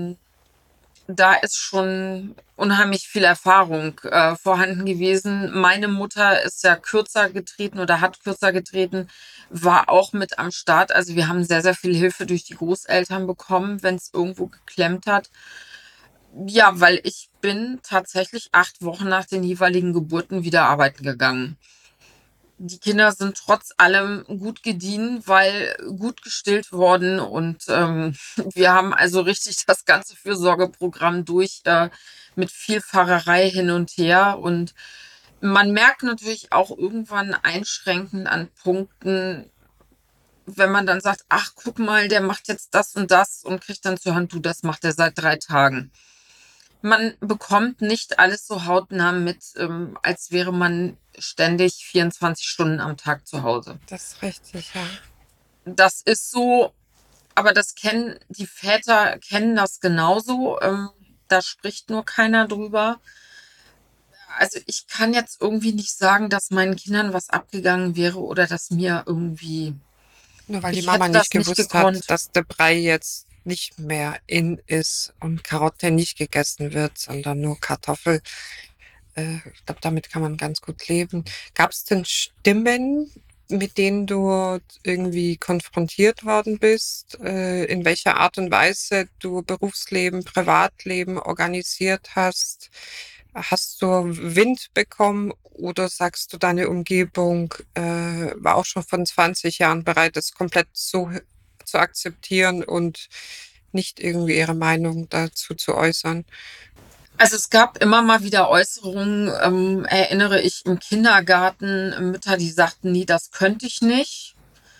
Speaker 3: da ist schon unheimlich viel Erfahrung vorhanden gewesen. Meine Mutter ist ja kürzer getreten oder hat kürzer getreten, war auch mit am Start. Also wir haben sehr, sehr viel Hilfe durch die Großeltern bekommen, wenn es irgendwo geklemmt hat. Ja, weil ich bin tatsächlich 8 Wochen nach den jeweiligen Geburten wieder arbeiten gegangen. Die Kinder sind trotz allem gut gediehen, weil gut gestillt worden und wir haben also richtig das ganze Fürsorgeprogramm durch mit viel Fahrerei hin und her und man merkt natürlich auch irgendwann einschränkend an Punkten, wenn man dann sagt, ach guck mal, der macht jetzt das und kriegt dann zur Hand, du, das macht er seit 3 Tagen. Man bekommt nicht alles so hautnah mit, als wäre man ständig 24 Stunden am Tag zu Hause.
Speaker 4: Das ist richtig, ja.
Speaker 3: Das ist so, aber die Väter kennen das genauso. Da spricht nur keiner drüber. Also ich kann jetzt irgendwie nicht sagen, dass meinen Kindern was abgegangen wäre oder dass mir irgendwie,
Speaker 4: Nur weil die
Speaker 3: ich
Speaker 4: Mama
Speaker 3: hätte
Speaker 4: nicht
Speaker 3: das nicht
Speaker 4: gewusst hat,
Speaker 3: gekonnt.
Speaker 4: dass der Brei jetzt nicht mehr in ist und Karotte nicht gegessen wird, sondern nur Kartoffel. Ich glaube, damit kann man ganz gut leben. Gab es denn Stimmen, mit denen du irgendwie konfrontiert worden bist, in welcher Art und Weise du Berufsleben, Privatleben organisiert hast? Hast du Wind bekommen oder sagst du, deine Umgebung war auch schon von 20 Jahren bereit, das komplett so zu akzeptieren und nicht irgendwie ihre Meinung dazu zu äußern?
Speaker 3: Also es gab immer mal wieder Äußerungen, erinnere ich im Kindergarten, Mütter, die sagten, nie, das könnte ich nicht.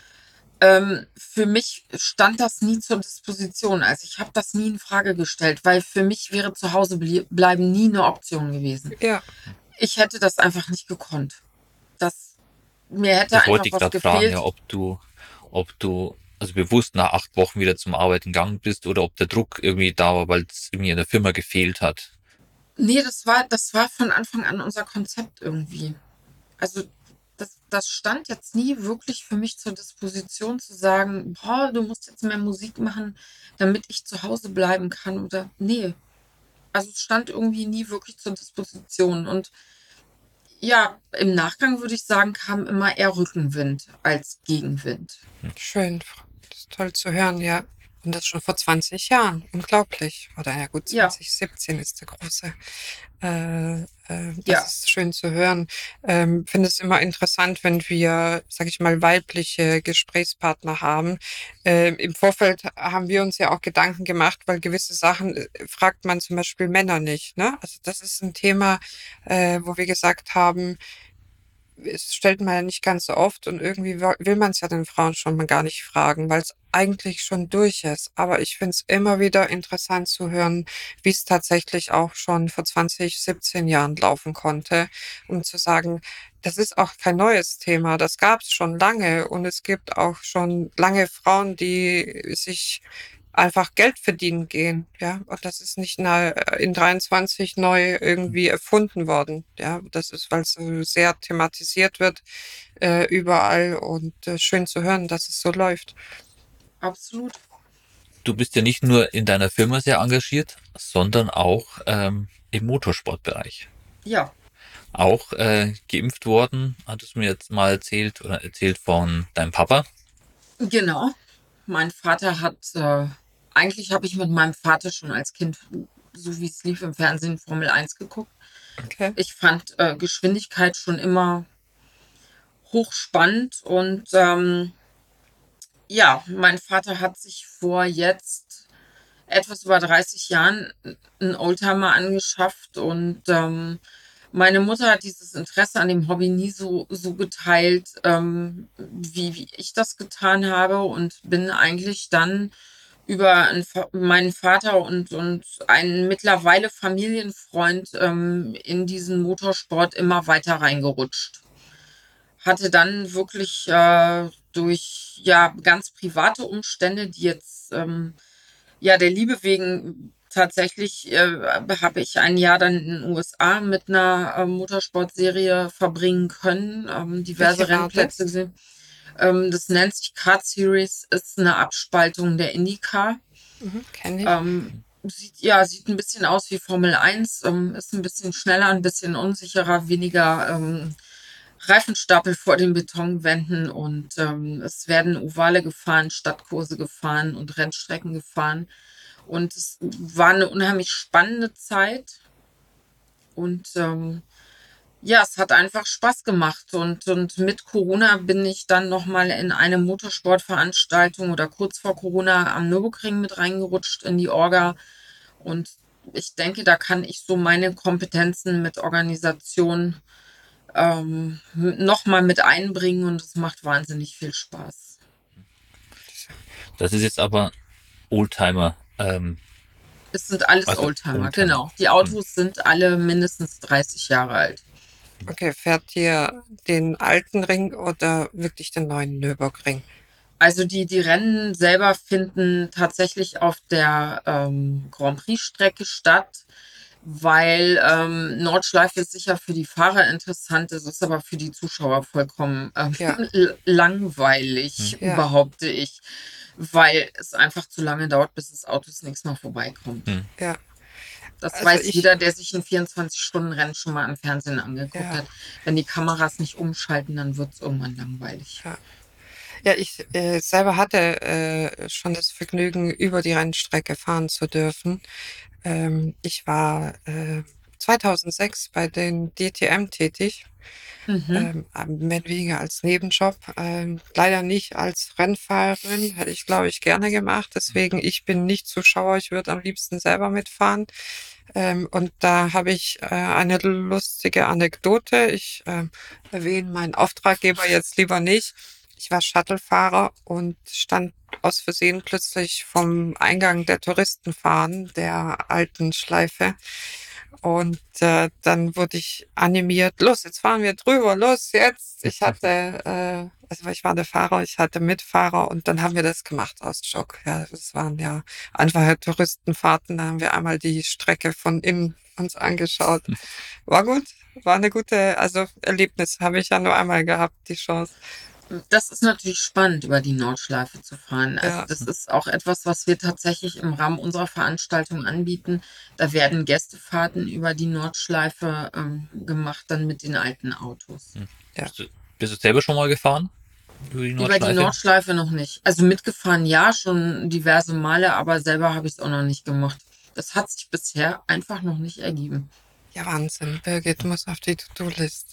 Speaker 3: Für mich stand das nie zur Disposition. Also ich habe das nie in Frage gestellt, weil für mich wäre zu Hause bleiben nie eine Option gewesen.
Speaker 4: Ja,
Speaker 3: Ich hätte das einfach nicht gekonnt. Das, mir hätte
Speaker 2: Das
Speaker 3: einfach
Speaker 2: wollte ich
Speaker 3: was
Speaker 2: gerade fragen, ja,
Speaker 3: gefehlt.
Speaker 2: ob du also bewusst nach 8 Wochen wieder zum Arbeiten gegangen bist oder ob der Druck irgendwie da war, weil es irgendwie in der Firma gefehlt hat.
Speaker 3: Nee, das war von Anfang an unser Konzept irgendwie. Also das stand jetzt nie wirklich für mich zur Disposition zu sagen, boah, du musst jetzt mehr Musik machen, damit ich zu Hause bleiben kann oder nee. Also es stand irgendwie nie wirklich zur Disposition. Und ja, im Nachgang würde ich sagen, kam immer eher Rückenwind als Gegenwind.
Speaker 4: schön. Das ist toll zu hören, ja. Und das schon vor 20 Jahren. Unglaublich. Oder ja gut,
Speaker 3: Ja,
Speaker 4: 2017 ist der große. Das
Speaker 3: ja,
Speaker 4: ist schön zu hören. Finde es immer interessant, wenn wir, sage ich mal, weibliche Gesprächspartner haben. Im Vorfeld haben wir uns ja auch Gedanken gemacht, weil gewisse Sachen fragt man zum Beispiel Männer nicht. Ne? Also das ist ein Thema, wo wir gesagt haben, es stellt man ja nicht ganz so oft und irgendwie will man es ja den Frauen schon mal gar nicht fragen, weil es eigentlich schon durch ist. Aber ich finde es immer wieder interessant zu hören, wie es tatsächlich auch schon vor 20, 17 Jahren laufen konnte, um zu sagen, das ist auch kein neues Thema, das gab es schon lange und es gibt auch schon lange Frauen, die sich einfach Geld verdienen gehen, ja. Und das ist nicht in 23 neu irgendwie erfunden worden, ja. Das ist, weil es so sehr thematisiert wird, überall und schön zu hören, dass es so läuft.
Speaker 3: absolut.
Speaker 2: Du bist ja nicht nur in deiner Firma sehr engagiert, sondern auch im Motorsportbereich.
Speaker 3: Ja,
Speaker 2: Auch geimpft worden, hattest du mir jetzt mal erzählt oder erzählt von deinem Papa.
Speaker 3: genau. Mein Vater hat, eigentlich habe ich mit meinem Vater schon als Kind, so wie es lief im Fernsehen, Formel 1 geguckt.
Speaker 4: Okay.
Speaker 3: Ich fand Geschwindigkeit schon immer hochspannend. Und ja, mein Vater hat sich vor jetzt etwas über 30 Jahren einen Oldtimer angeschafft und meine Mutter hat dieses Interesse an dem Hobby nie so geteilt, wie ich das getan habe und bin eigentlich dann über meinen Vater und einen mittlerweile Familienfreund in diesen Motorsport immer weiter reingerutscht. Hatte dann wirklich durch ja ganz private Umstände, die jetzt ja der Liebe wegen tatsächlich habe ich ein Jahr dann in den USA mit einer Motorsportserie verbringen können, diverse
Speaker 4: Welche war
Speaker 3: Rennplätze
Speaker 4: das?
Speaker 3: gesehen. Das nennt sich Kart Series, ist eine Abspaltung der IndyCar.
Speaker 4: Kenne ich.
Speaker 3: Sieht ein bisschen aus wie Formel 1, ist ein bisschen schneller, ein bisschen unsicherer, weniger Reifenstapel vor den Betonwänden und es werden Ovale gefahren, Stadtkurse gefahren und Rennstrecken gefahren. Und es war eine unheimlich spannende Zeit und ja, es hat einfach Spaß gemacht. Und mit Corona bin ich dann nochmal in eine Motorsportveranstaltung oder kurz vor Corona am Nürburgring mit reingerutscht in die Orga. Und ich denke, da kann ich so meine Kompetenzen mit Organisation nochmal mit einbringen und es macht wahnsinnig viel Spaß.
Speaker 2: Das ist jetzt aber Oldtimer.
Speaker 3: Es sind alles
Speaker 2: Also
Speaker 3: Oldtimer,
Speaker 2: Oldtimer.
Speaker 3: genau. Die Autos sind alle mindestens 30 Jahre alt.
Speaker 4: Okay, fährt ihr den alten Ring oder wirklich den neuen Nürburgring?
Speaker 3: Also die Rennen selber finden tatsächlich auf der Grand Prix-Strecke statt, weil Nordschleife ist sicher für die Fahrer interessant, es ist aber für die Zuschauer vollkommen
Speaker 4: Ja.
Speaker 3: langweilig,
Speaker 4: Ja.
Speaker 3: behaupte ich, weil es einfach zu lange dauert, bis das Auto das nächste Mal vorbeikommt.
Speaker 4: Ja.
Speaker 3: Das
Speaker 4: Also
Speaker 3: weiß
Speaker 4: ich-
Speaker 3: jeder, der sich ein 24-Stunden-Rennen schon mal am Fernsehen angeguckt
Speaker 4: Ja.
Speaker 3: hat. Wenn die Kameras nicht umschalten, dann wird es irgendwann langweilig.
Speaker 4: Ja, ich selber hatte schon das Vergnügen, über die Rennstrecke fahren zu dürfen. Ich war 2006 bei den DTM tätig, mehr oder weniger als Nebenjob. Leider nicht als Rennfahrerin, hätte ich, glaube ich, gerne gemacht. Deswegen, ich bin nicht Zuschauer, ich würde am liebsten selber mitfahren. Und da habe ich eine lustige Anekdote. Ich erwähne meinen Auftraggeber jetzt lieber nicht. Ich war Shuttlefahrer und stand aus Versehen plötzlich vom Eingang der Touristenfahren der alten Schleife. Und dann wurde ich animiert, los, jetzt fahren wir drüber, los, jetzt. Ich hatte, also ich war der Fahrer, ich hatte Mitfahrer und dann haben wir das gemacht aus Schock. Ja, das waren ja einfache Touristenfahrten, da haben wir einmal die Strecke von innen uns angeschaut. War gut, war eine gute, also Erlebnis habe ich ja nur einmal gehabt, die Chance.
Speaker 3: Das ist natürlich spannend, über die Nordschleife zu fahren. Also
Speaker 4: Ja.
Speaker 3: das ist auch etwas, was wir tatsächlich im Rahmen unserer Veranstaltung anbieten. Da werden Gästefahrten über die Nordschleife gemacht, dann mit den alten Autos.
Speaker 4: Ja.
Speaker 2: Bist du selber schon mal gefahren? Über die
Speaker 3: Über
Speaker 2: Nordschleife?
Speaker 3: die Nordschleife noch nicht. Also mitgefahren ja, schon diverse Male, aber selber habe ich es auch noch nicht gemacht. Das hat sich bisher einfach noch nicht ergeben.
Speaker 4: Ja, Wahnsinn, Birgit muss auf die To-Do-List.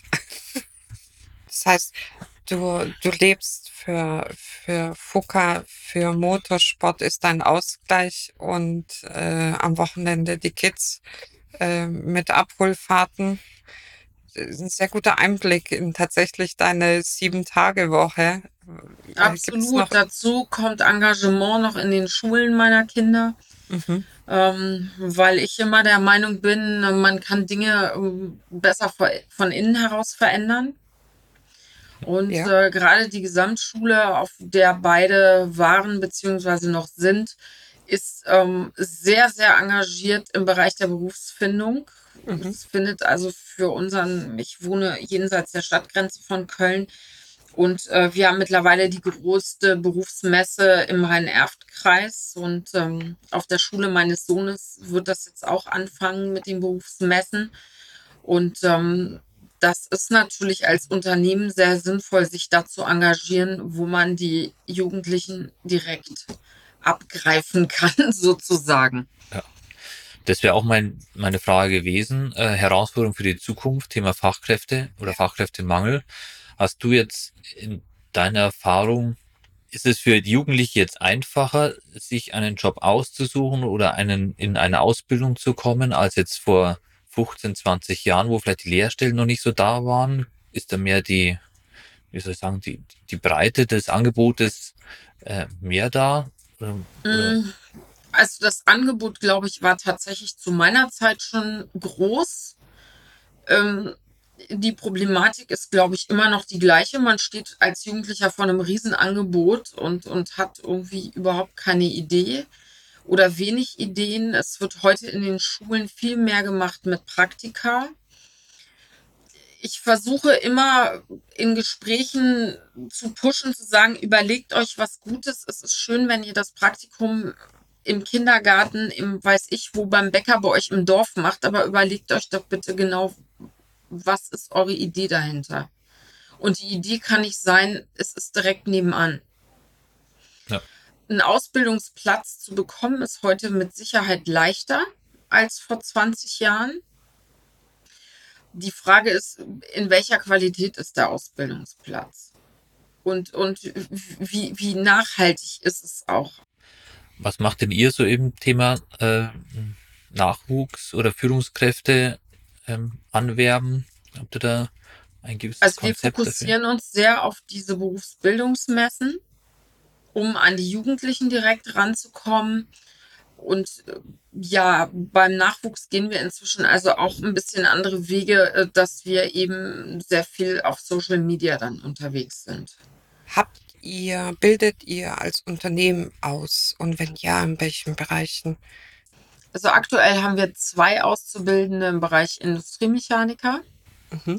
Speaker 4: Das heißt, du lebst für FUKA, für Motorsport ist dein Ausgleich und am Wochenende die Kids mit Abholfahrten. Das ist ein sehr guter Einblick in tatsächlich deine 7-Tage-Woche. Gibt's
Speaker 3: Absolut.
Speaker 4: noch?
Speaker 3: Dazu kommt Engagement noch in den Schulen meiner Kinder.
Speaker 4: Mhm.
Speaker 3: Weil ich immer der Meinung bin, man kann Dinge besser von innen heraus verändern. Und
Speaker 4: Ja.
Speaker 3: gerade die Gesamtschule, auf der beide waren bzw. noch sind, ist sehr, sehr engagiert im Bereich der Berufsfindung.
Speaker 4: Mhm.
Speaker 3: Es findet also ich wohne jenseits der Stadtgrenze von Köln und wir haben mittlerweile die größte Berufsmesse im Rhein-Erft-Kreis und auf der Schule meines Sohnes wird das jetzt auch anfangen mit den Berufsmessen und das ist natürlich als Unternehmen sehr sinnvoll, sich da zu engagieren, wo man die Jugendlichen direkt abgreifen kann, sozusagen.
Speaker 2: Das wäre auch meine Frage gewesen. Herausforderung für die Zukunft, Thema Fachkräfte oder Fachkräftemangel. Hast du jetzt in deiner Erfahrung, ist es für die Jugendliche jetzt einfacher, sich einen Job auszusuchen oder in eine Ausbildung zu kommen, als jetzt vor 15, 20 Jahren, wo vielleicht die Lehrstellen noch nicht so da waren? Ist da mehr wie soll ich sagen, die Breite des Angebotes mehr da? Oder?
Speaker 3: Mm, Also das Angebot, glaube ich, war tatsächlich zu meiner Zeit schon groß. Ähm, Die Problematik ist, glaube ich, immer noch die gleiche. Man steht als Jugendlicher vor einem Riesenangebot und hat irgendwie überhaupt keine Idee oder wenig Ideen. Es wird heute in den Schulen viel mehr gemacht mit Praktika. Ich versuche immer in Gesprächen zu pushen, zu sagen, überlegt euch was Gutes. Es ist schön, wenn ihr das Praktikum im Kindergarten, im weiß ich wo, beim Bäcker bei euch im Dorf macht, aber überlegt euch doch bitte genau, was ist eure Idee dahinter? Und die Idee kann nicht sein, es ist direkt nebenan.
Speaker 2: Ja.
Speaker 3: Ein Ausbildungsplatz zu bekommen, ist heute mit Sicherheit leichter als vor 20 Jahren. Die Frage ist, in welcher Qualität ist der Ausbildungsplatz? Und wie nachhaltig ist es auch?
Speaker 2: Was macht denn ihr so im Thema Nachwuchs oder Führungskräfte anwerben? Habt ihr da ein gewisses
Speaker 3: Also wir
Speaker 2: Konzept dafür?
Speaker 3: fokussieren uns sehr auf diese Berufsbildungsmessen, um an die Jugendlichen direkt ranzukommen. Und ja, beim Nachwuchs gehen wir inzwischen also auch ein bisschen andere Wege, dass wir eben sehr viel auf Social Media dann unterwegs sind.
Speaker 4: Bildet ihr als Unternehmen aus? Und wenn ja, in welchen Bereichen?
Speaker 3: Also aktuell haben wir 2 Auszubildende im Bereich Industriemechaniker.
Speaker 4: Mhm.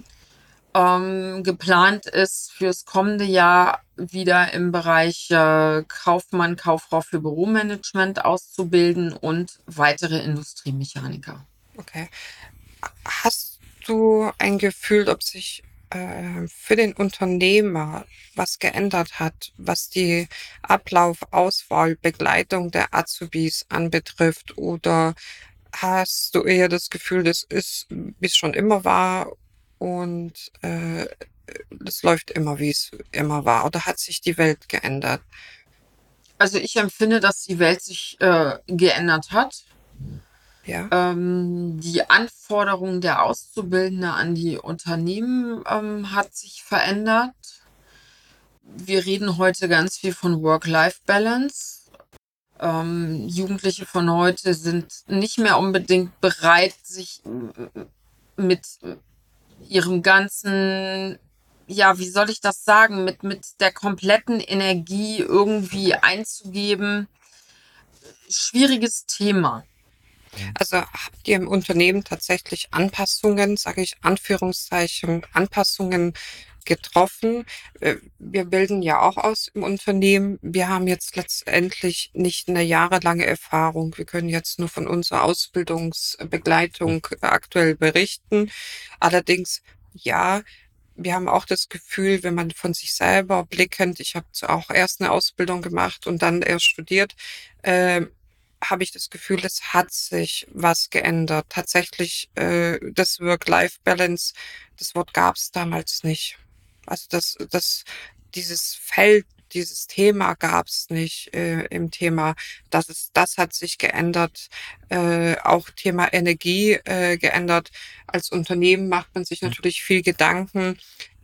Speaker 3: Geplant ist fürs kommende Jahr wieder im Bereich Kaufmann, Kauffrau für Büromanagement auszubilden und weitere Industriemechaniker.
Speaker 4: Okay. Hast du ein Gefühl, ob sich für den Unternehmer was geändert hat, was die Ablauf, Auswahl, Begleitung der Azubis anbetrifft? Oder hast du eher das Gefühl, das ist, wie es schon immer war und das läuft immer, wie es immer war? Oder hat sich die Welt geändert?
Speaker 3: Also ich empfinde, dass die Welt sich geändert hat.
Speaker 4: Ja.
Speaker 3: Die Anforderungen der Auszubildenden an die Unternehmen hat sich verändert. Wir reden heute ganz viel von Work-Life-Balance. Jugendliche von heute sind nicht mehr unbedingt bereit, sich mit ihrem ganzen, ja, wie soll ich das sagen, mit der kompletten Energie irgendwie einzugeben. Schwieriges Thema.
Speaker 4: Also habt ihr im Unternehmen tatsächlich Anpassungen, sage ich Anführungszeichen, Anpassungen getroffen? Wir bilden ja auch aus im Unternehmen. Wir haben jetzt letztendlich nicht eine jahrelange Erfahrung. Wir können jetzt nur von unserer Ausbildungsbegleitung aktuell berichten. Allerdings, ja, wir haben auch das Gefühl, wenn man von sich selber blickend, ich habe auch erst eine Ausbildung gemacht und dann erst studiert, habe ich das Gefühl, es hat sich was geändert. Tatsächlich, das Work-Life-Balance, das Wort gab es damals nicht. Also dieses Feld, dieses Thema gab es nicht im Thema. Das hat sich geändert. Auch Thema Energie geändert. Als Unternehmen macht man sich natürlich viel Gedanken.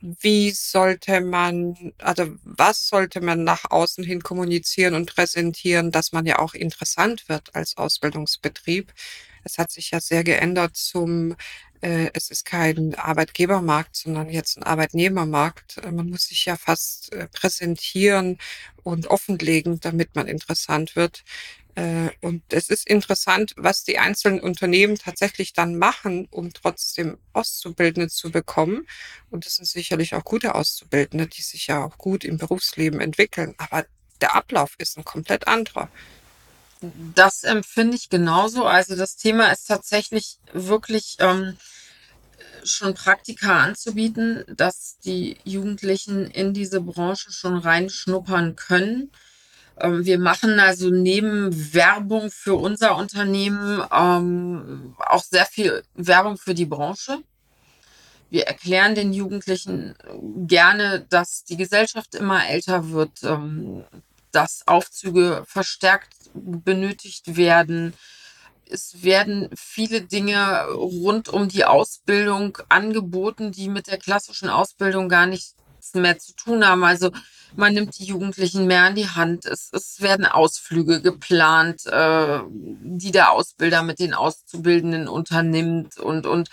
Speaker 4: Was sollte man nach außen hin kommunizieren und präsentieren, dass man ja auch interessant wird als Ausbildungsbetrieb? Es hat sich ja sehr geändert es ist kein Arbeitgebermarkt, sondern jetzt ein Arbeitnehmermarkt. Man muss sich ja fast präsentieren und offenlegen, damit man interessant wird. Und es ist interessant, was die einzelnen Unternehmen tatsächlich dann machen, um trotzdem Auszubildende zu bekommen. Und das sind sicherlich auch gute Auszubildende, die sich ja auch gut im Berufsleben entwickeln. Aber der Ablauf ist ein komplett anderer.
Speaker 3: Das empfinde ich genauso. Also das Thema ist tatsächlich wirklich schon Praktika anzubieten, dass die Jugendlichen in diese Branche schon reinschnuppern können. Wir machen also neben Werbung für unser Unternehmen auch sehr viel Werbung für die Branche. Wir erklären den Jugendlichen gerne, dass die Gesellschaft immer älter wird, dass Aufzüge verstärkt benötigt werden. Es werden viele Dinge rund um die Ausbildung angeboten, die mit der klassischen Ausbildung gar nichts mehr zu tun haben. Also man nimmt die Jugendlichen mehr an die Hand. Es werden Ausflüge geplant, die der Ausbilder mit den Auszubildenden unternimmt. Und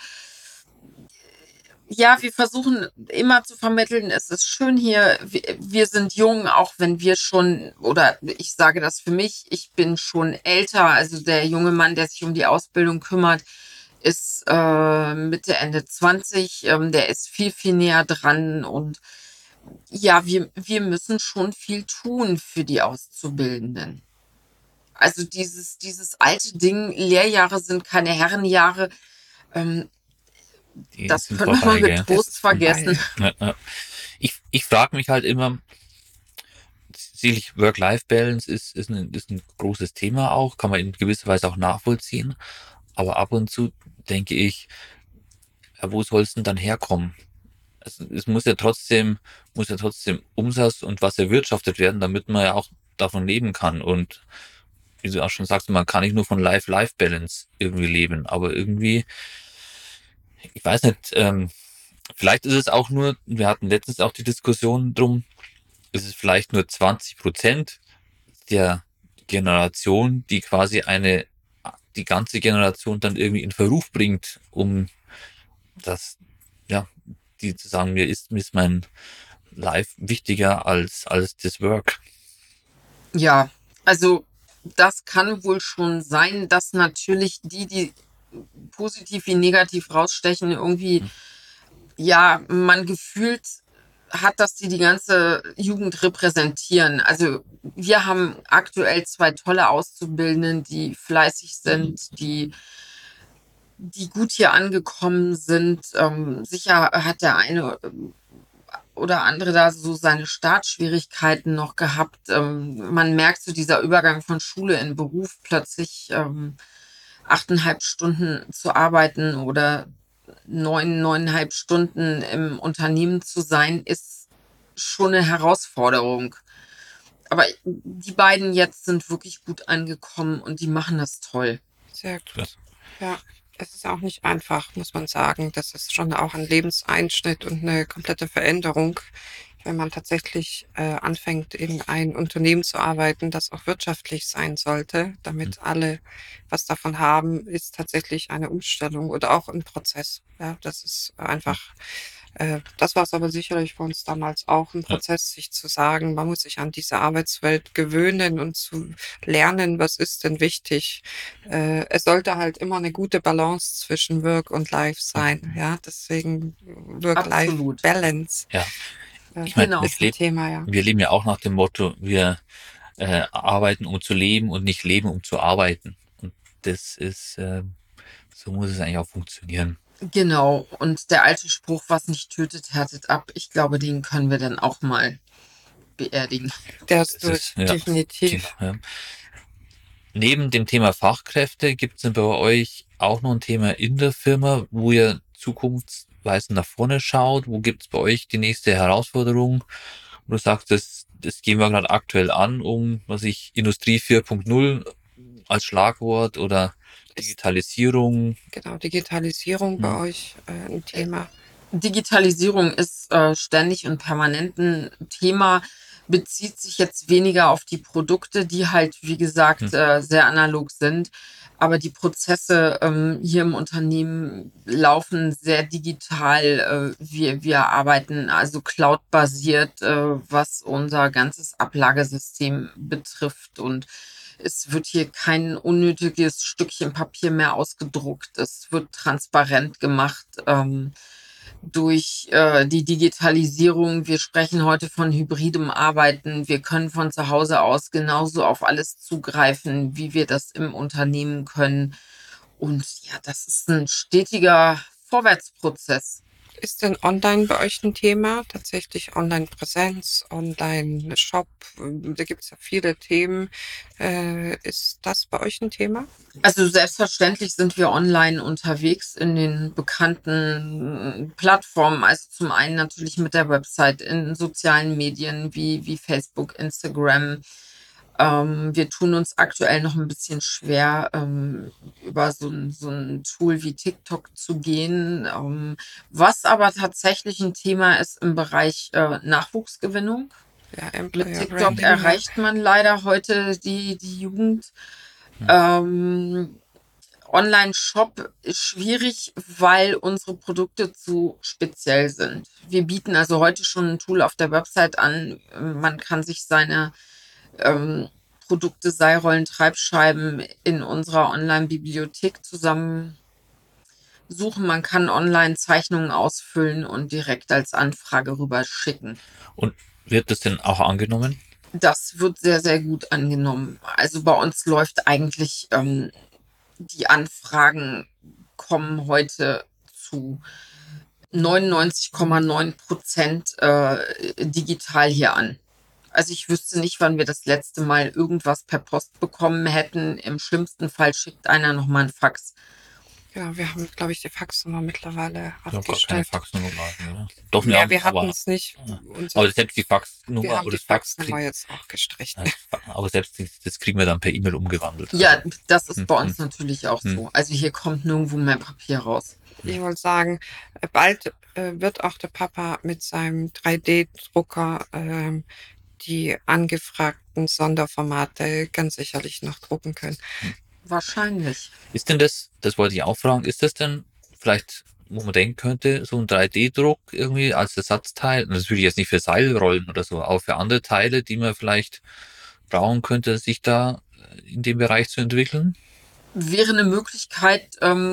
Speaker 3: ja, wir versuchen immer zu vermitteln, es ist schön hier, wir sind jung, auch wenn wir schon, oder ich sage das für mich, ich bin schon älter, also der junge Mann, der sich um die Ausbildung kümmert, ist Mitte, Ende 20, der ist viel, viel näher dran und ja, wir müssen schon viel tun für die Auszubildenden. Also dieses alte Ding, Lehrjahre sind keine Herrenjahre, ähm,
Speaker 2: Die
Speaker 3: das
Speaker 2: sind
Speaker 3: können wir
Speaker 2: vorbei,
Speaker 3: mal
Speaker 2: gell?
Speaker 3: getrost vergessen.
Speaker 2: Ja, ja. Ich frage mich halt immer, sicherlich Work-Life-Balance ist ein großes Thema auch, kann man in gewisser Weise auch nachvollziehen. Aber ab und zu denke ich, ja, wo soll es denn dann herkommen? Es muss ja trotzdem Umsatz und was erwirtschaftet werden, damit man ja auch davon leben kann. Und wie du auch schon sagst, man kann nicht nur von Life-Balance irgendwie leben, aber irgendwie, ich weiß nicht, vielleicht ist es auch nur, wir hatten letztens auch die Diskussion drum, ist es vielleicht nur 20% der Generation, die quasi die ganze Generation dann irgendwie in Verruf bringt, um das, ja, die zu sagen, mir ist mein Life wichtiger als das Work.
Speaker 3: Ja, also das kann wohl schon sein, dass natürlich die positiv wie negativ rausstechen, irgendwie, ja, man gefühlt hat, dass die ganze Jugend repräsentieren. Also wir haben aktuell 2 tolle Auszubildenden, die fleißig sind, die gut hier angekommen sind. Sicher hat der eine oder andere da so seine Startschwierigkeiten noch gehabt. Man merkt so dieser Übergang von Schule in Beruf, plötzlich 8,5 Stunden zu arbeiten oder 9,5 Stunden im Unternehmen zu sein, ist schon eine Herausforderung. Aber die beiden jetzt sind wirklich gut angekommen und die machen das toll.
Speaker 4: Sehr gut.
Speaker 2: Das,
Speaker 4: Ja, es ist auch nicht einfach, muss man sagen. Das ist schon auch ein Lebenseinschnitt und eine komplette Veränderung, wenn man tatsächlich anfängt, in ein Unternehmen zu arbeiten, das auch wirtschaftlich sein sollte, damit alle was davon haben, ist tatsächlich eine Umstellung oder auch ein Prozess. Ja, das ist einfach, das war es aber sicherlich für uns damals auch ein
Speaker 2: ja,
Speaker 4: Prozess, sich zu sagen, man muss sich an diese Arbeitswelt gewöhnen und zu lernen, was ist denn wichtig. Es sollte halt immer eine gute Balance zwischen Work und Life sein. Ja, deswegen
Speaker 3: Absolut.
Speaker 4: Work-Life-Balance
Speaker 2: ja. Ich meine,
Speaker 3: Genau.
Speaker 4: ist ein Thema, ja.
Speaker 2: wir leben ja auch nach dem Motto, wir arbeiten, um zu leben und nicht leben, um zu arbeiten. Und das ist, so muss es eigentlich auch funktionieren.
Speaker 3: Genau. Und der alte Spruch, was nicht tötet, härtet ab. Ich glaube, den können wir dann auch mal beerdigen.
Speaker 4: Der ist
Speaker 2: Das
Speaker 4: durch,
Speaker 2: ist, ja,
Speaker 4: definitiv.
Speaker 2: genau, ja. Neben dem Thema Fachkräfte gibt es denn bei euch auch noch ein Thema in der Firma, wo ihr zukunftsweisend nach vorne schaut? Wo gibt es bei euch die nächste Herausforderung? Wo du sagst, das gehen wir gerade aktuell an, Industrie 4.0 als Schlagwort oder Digitalisierung.
Speaker 4: Genau, Digitalisierung bei euch ein Thema.
Speaker 3: Digitalisierung ist ständig und permanent ein Thema, bezieht sich jetzt weniger auf die Produkte, die halt, wie gesagt, sehr analog sind. Aber die Prozesse hier im Unternehmen laufen sehr digital. Wir arbeiten also cloud-basiert, was unser ganzes Ablagesystem betrifft. Und es wird hier kein unnötiges Stückchen Papier mehr ausgedruckt. Es wird transparent gemacht. Durch die Digitalisierung. Wir sprechen heute von hybridem Arbeiten. Wir können von zu Hause aus genauso auf alles zugreifen, wie wir das im Unternehmen können. Und ja, das ist ein stetiger Vorwärtsprozess.
Speaker 4: Ist denn online bei euch ein Thema? Tatsächlich Online-Präsenz, Online-Shop, da gibt es ja viele Themen. Ist das bei euch ein Thema?
Speaker 3: Also selbstverständlich sind wir online unterwegs in den bekannten Plattformen. Also zum einen natürlich mit der Website in sozialen Medien wie Facebook, Instagram. Wir tun uns aktuell noch ein bisschen schwer, über so ein Tool wie TikTok zu gehen. Was aber tatsächlich ein Thema ist im Bereich Nachwuchsgewinnung.
Speaker 4: Ja,
Speaker 3: Mit
Speaker 4: Employer
Speaker 3: TikTok
Speaker 4: Branding, ja.
Speaker 3: erreicht man leider heute die Jugend. Online-Shop ist schwierig, weil unsere Produkte zu speziell sind. Wir bieten also heute schon ein Tool auf der Website an. Man kann sich seine Produkte, Seilrollen, Treibscheiben in unserer Online-Bibliothek zusammensuchen. Man kann online Zeichnungen ausfüllen und direkt als Anfrage rüber schicken.
Speaker 2: Und wird das denn auch angenommen?
Speaker 3: Das wird sehr, sehr gut angenommen. Also bei uns läuft eigentlich, die Anfragen kommen heute zu 99,9% digital hier an. Also ich wüsste nicht, wann wir das letzte Mal irgendwas per Post bekommen hätten. Im schlimmsten Fall schickt einer nochmal ein Fax.
Speaker 4: Ja, wir haben, glaube ich, die Faxnummer mittlerweile
Speaker 2: Ich habe gar keine
Speaker 4: abgestellt.
Speaker 2: Faxnummer, oder? Doch,
Speaker 4: Ja,
Speaker 2: haben,
Speaker 4: wir hatten
Speaker 2: aber,
Speaker 4: es nicht.
Speaker 2: aber selbst die
Speaker 4: Wir
Speaker 2: Faxnummer
Speaker 4: haben
Speaker 2: oder
Speaker 4: die
Speaker 2: das Fax
Speaker 4: Faxnummer jetzt auch gestrichen.
Speaker 2: aber selbst das kriegen wir dann per E-Mail umgewandelt.
Speaker 3: Ja, das ist
Speaker 2: Hm,
Speaker 3: bei uns natürlich auch
Speaker 2: hm.
Speaker 3: so. Also hier kommt nirgendwo mehr Papier raus.
Speaker 4: Ich wollte sagen, bald wird auch der Papa mit seinem 3D-Drucker die angefragten Sonderformate ganz sicherlich noch drucken können.
Speaker 3: Wahrscheinlich.
Speaker 2: Ist denn das wollte ich auch fragen, ist das denn vielleicht, wo man denken könnte, so ein 3D-Druck irgendwie als Ersatzteil? Und das würde ich jetzt nicht für Seilrollen oder so, aber für andere Teile, die man vielleicht brauchen könnte, sich da in dem Bereich zu entwickeln?
Speaker 3: Wäre eine Möglichkeit,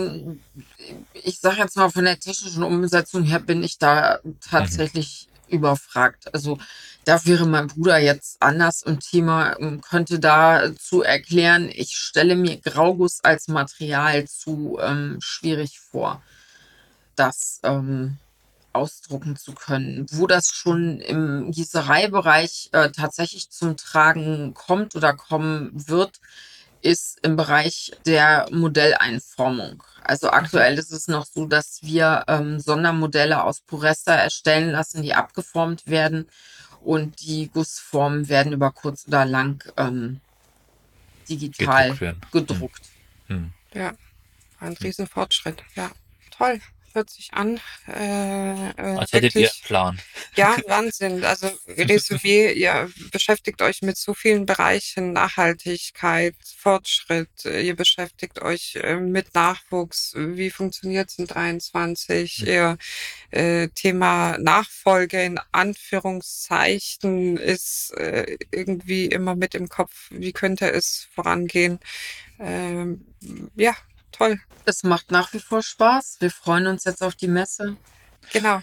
Speaker 3: ich sage jetzt mal, von der technischen Umsetzung her bin ich da tatsächlich überfragt. Also da wäre mein Bruder jetzt anders im Thema, könnte dazu erklären. Ich stelle mir Grauguss als Material zu schwierig vor, das ausdrucken zu können. Wo das schon im Gießereibereich tatsächlich zum Tragen kommt oder kommen wird, ist im Bereich der Modelleinformung. Also aktuell ist es noch so, dass wir Sondermodelle aus Porester erstellen lassen, die abgeformt werden und die Gussformen werden über kurz oder lang digital
Speaker 2: Gedruckt werden.
Speaker 3: gedruckt.
Speaker 4: Ja, ein Riesenfortschritt. Ja, toll. Hört sich an.
Speaker 2: Als hättet ihr
Speaker 4: Wirklich.
Speaker 2: einen Plan.
Speaker 4: Ja, Wahnsinn. Also Resumé, ihr beschäftigt euch mit so vielen Bereichen, Nachhaltigkeit, Fortschritt, ihr beschäftigt euch mit Nachwuchs, wie funktioniert es in 23, ihr Thema Nachfolge in Anführungszeichen ist irgendwie immer mit im Kopf, wie könnte es vorangehen. Ja, toll,
Speaker 3: Es macht nach wie vor Spaß. Wir freuen uns jetzt auf die Messe.
Speaker 4: genau.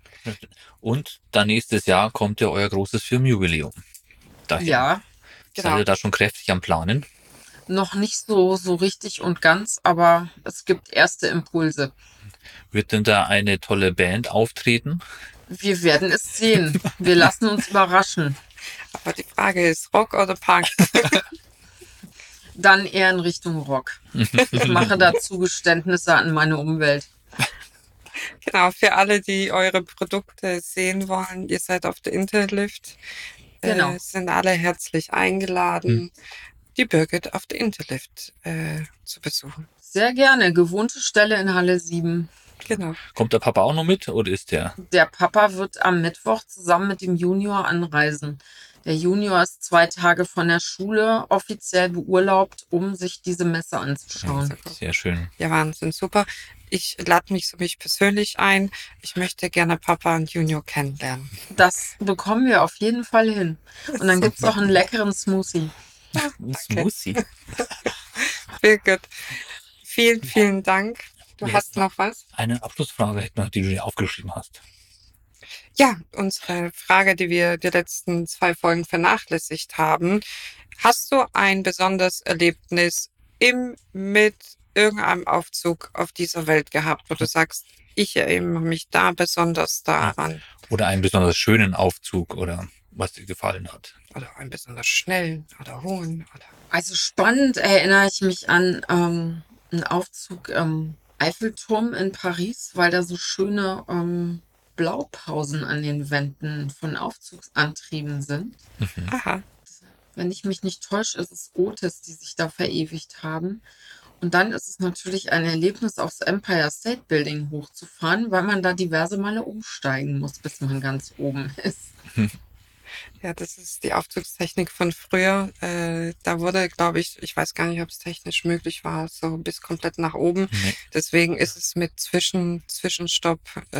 Speaker 2: Und dann nächstes Jahr kommt ja euer großes Firmenjubiläum dahin.
Speaker 3: Ja,
Speaker 2: Seid
Speaker 4: Genau.
Speaker 2: ihr da schon kräftig am Planen?
Speaker 3: noch nicht so richtig und ganz, aber es gibt erste Impulse.
Speaker 2: Wird denn da eine tolle Band auftreten?
Speaker 3: Wir werden es sehen. Wir lassen uns überraschen.
Speaker 4: Aber die Frage ist, Rock oder Punk?
Speaker 3: Dann eher in Richtung Rock. Ich mache dazu Geständnisse an meine Umwelt.
Speaker 4: Genau, für alle, die eure Produkte sehen wollen, ihr seid auf der Interlift.
Speaker 3: Genau.
Speaker 4: Sind alle herzlich eingeladen, die Birgit auf der Interlift zu besuchen.
Speaker 3: Sehr gerne. Gewohnte Stelle in Halle 7.
Speaker 4: Genau.
Speaker 2: Kommt der Papa auch noch mit oder ist der?
Speaker 3: Der Papa wird am Mittwoch zusammen mit dem Junior anreisen. Der Junior ist 2 Tage von der Schule offiziell beurlaubt, um sich diese Messe anzuschauen.
Speaker 2: Sehr schön.
Speaker 4: Ja, Wahnsinn, super. Ich lade mich persönlich ein. Ich möchte gerne Papa und Junior kennenlernen.
Speaker 3: Das bekommen wir auf jeden Fall hin. Und dann gibt es auch einen leckeren Smoothie.
Speaker 2: Smoothie.
Speaker 4: Birgit, vielen, vielen Dank. Du
Speaker 2: Ja.
Speaker 4: hast noch was?
Speaker 2: Eine Abschlussfrage hätte noch, die du dir aufgeschrieben hast.
Speaker 4: Ja, unsere Frage, die wir die letzten 2 Folgen vernachlässigt haben. Hast du ein besonderes Erlebnis im, mit irgendeinem Aufzug auf dieser Welt gehabt, wo du sagst, ich erinnere mich da besonders daran?
Speaker 2: Oder einen besonders schönen Aufzug oder was dir gefallen hat.
Speaker 4: Oder einen besonders schnellen oder hohen? Oder
Speaker 3: Also spannend erinnere ich mich an einen Aufzug Eiffelturm in Paris, weil da so schöne Blaupausen an den Wänden von Aufzugsantrieben sind.
Speaker 4: Aha.
Speaker 3: Wenn ich mich nicht täusche, ist es Otis, die sich da verewigt haben. Und dann ist es natürlich ein Erlebnis, aufs Empire State Building hochzufahren, weil man da diverse Male umsteigen muss, bis man ganz oben ist.
Speaker 4: Ja, das ist die Aufzugstechnik von früher. Da wurde, glaube ich weiß gar nicht, ob es technisch möglich war, so bis komplett nach oben.
Speaker 2: Nee.
Speaker 4: Deswegen ist es mit Zwischenstopp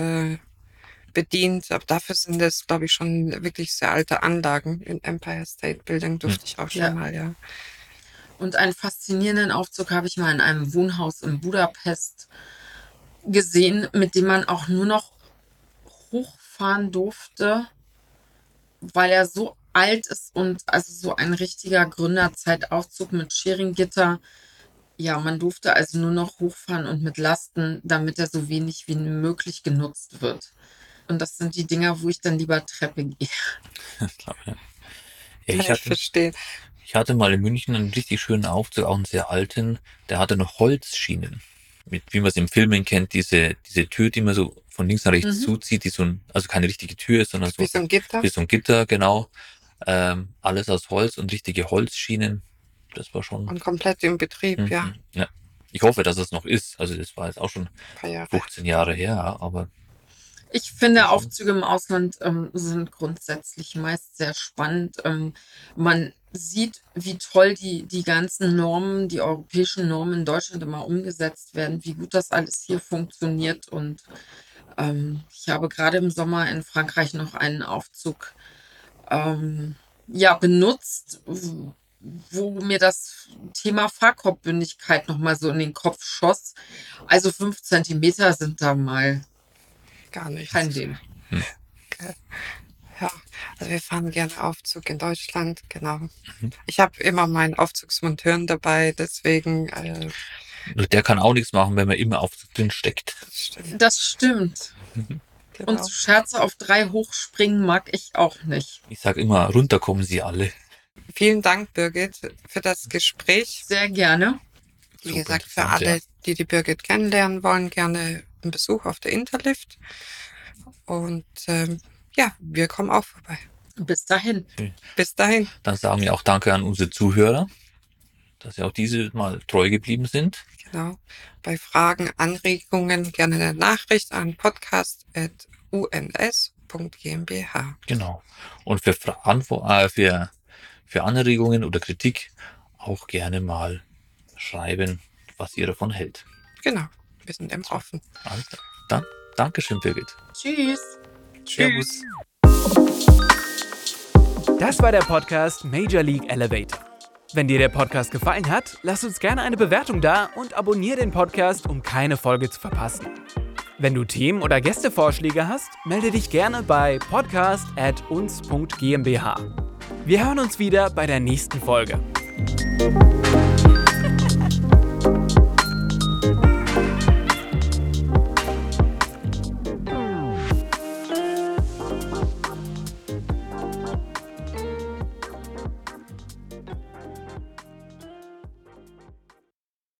Speaker 4: bedient. Aber dafür sind es, glaube ich, schon wirklich sehr alte Anlagen. Im Empire State Building durfte ich auch schon
Speaker 3: Ja.
Speaker 4: mal, ja.
Speaker 3: Und einen faszinierenden Aufzug habe ich mal in einem Wohnhaus in Budapest gesehen, mit dem man auch nur noch hochfahren durfte, weil er so alt ist und also so ein richtiger Gründerzeitaufzug mit Sharing-Gitter. Ja, man durfte also nur noch hochfahren und mit Lasten, damit er so wenig wie möglich genutzt wird. Und das sind die Dinger, wo ich dann lieber Treppe gehe.
Speaker 2: Ich glaube, ja. Ja,
Speaker 4: Kann ich verstehen.
Speaker 2: ich hatte mal in München einen richtig schönen Aufzug, auch einen sehr alten, der hatte noch Holzschienen. Mit, wie man es im Filmen kennt, diese Tür, die man so von links nach rechts zuzieht, die so also keine richtige Tür ist, sondern
Speaker 4: Wie so ein Gitter.
Speaker 2: wie so ein Gitter, genau. Alles aus Holz und richtige Holzschienen. Das war schon.
Speaker 4: Und komplett im Betrieb, ja.
Speaker 2: Ja. Ich hoffe, dass es noch ist. Also das war jetzt auch schon
Speaker 4: Ein paar Jahre.
Speaker 2: 15 Jahre her, aber
Speaker 3: Ich finde, Aufzüge im Ausland sind grundsätzlich meist sehr spannend. Man sieht, wie toll die ganzen Normen, die europäischen Normen in Deutschland immer umgesetzt werden, wie gut das alles hier funktioniert. Und ich habe gerade im Sommer in Frankreich noch einen Aufzug benutzt, wo mir das Thema Fahrkorbbündigkeit nochmal so in den Kopf schoss. Also 5 Zentimeter sind da mal
Speaker 4: Gar nicht.
Speaker 3: kein Ding.
Speaker 4: Ja, also wir fahren gerne Aufzug in Deutschland, genau. Ich habe immer meinen Aufzugsmonteur dabei, deswegen
Speaker 2: der kann auch nichts machen, wenn man immer Aufzug drin steckt.
Speaker 4: stimmt.
Speaker 3: Das stimmt.
Speaker 4: Genau.
Speaker 3: Und so Scherze auf 3 hochspringen mag ich auch nicht.
Speaker 2: Ich sage immer, runter kommen sie alle.
Speaker 4: Vielen Dank, Birgit, für das Gespräch.
Speaker 3: Sehr gerne.
Speaker 4: Wie
Speaker 2: Super
Speaker 4: gesagt, für
Speaker 2: interessant,
Speaker 4: alle, die die Birgit kennenlernen wollen, gerne einen Besuch auf der Interlift. Und wir kommen auch vorbei.
Speaker 3: Bis dahin.
Speaker 4: Bis dahin.
Speaker 2: Dann sagen wir auch Danke an unsere Zuhörer, dass sie auch diese Mal treu geblieben sind.
Speaker 4: Genau. Bei Fragen, Anregungen gerne eine Nachricht an podcast.uns.gmbh.
Speaker 2: Genau. Und für Anregungen oder Kritik auch gerne mal schreiben, was ihr davon hält.
Speaker 4: Genau. Wir sind eben offen.
Speaker 2: Alles klar. Dann Dankeschön, Birgit.
Speaker 3: Tschüss.
Speaker 2: Servus.
Speaker 1: Das war der Podcast Major League Elevator. Wenn dir der Podcast gefallen hat, lass uns gerne eine Bewertung da und abonniere den Podcast, um keine Folge zu verpassen. Wenn du Themen oder Gästevorschläge hast, melde dich gerne bei podcast@uns.gmbh. Wir hören uns wieder bei der nächsten Folge.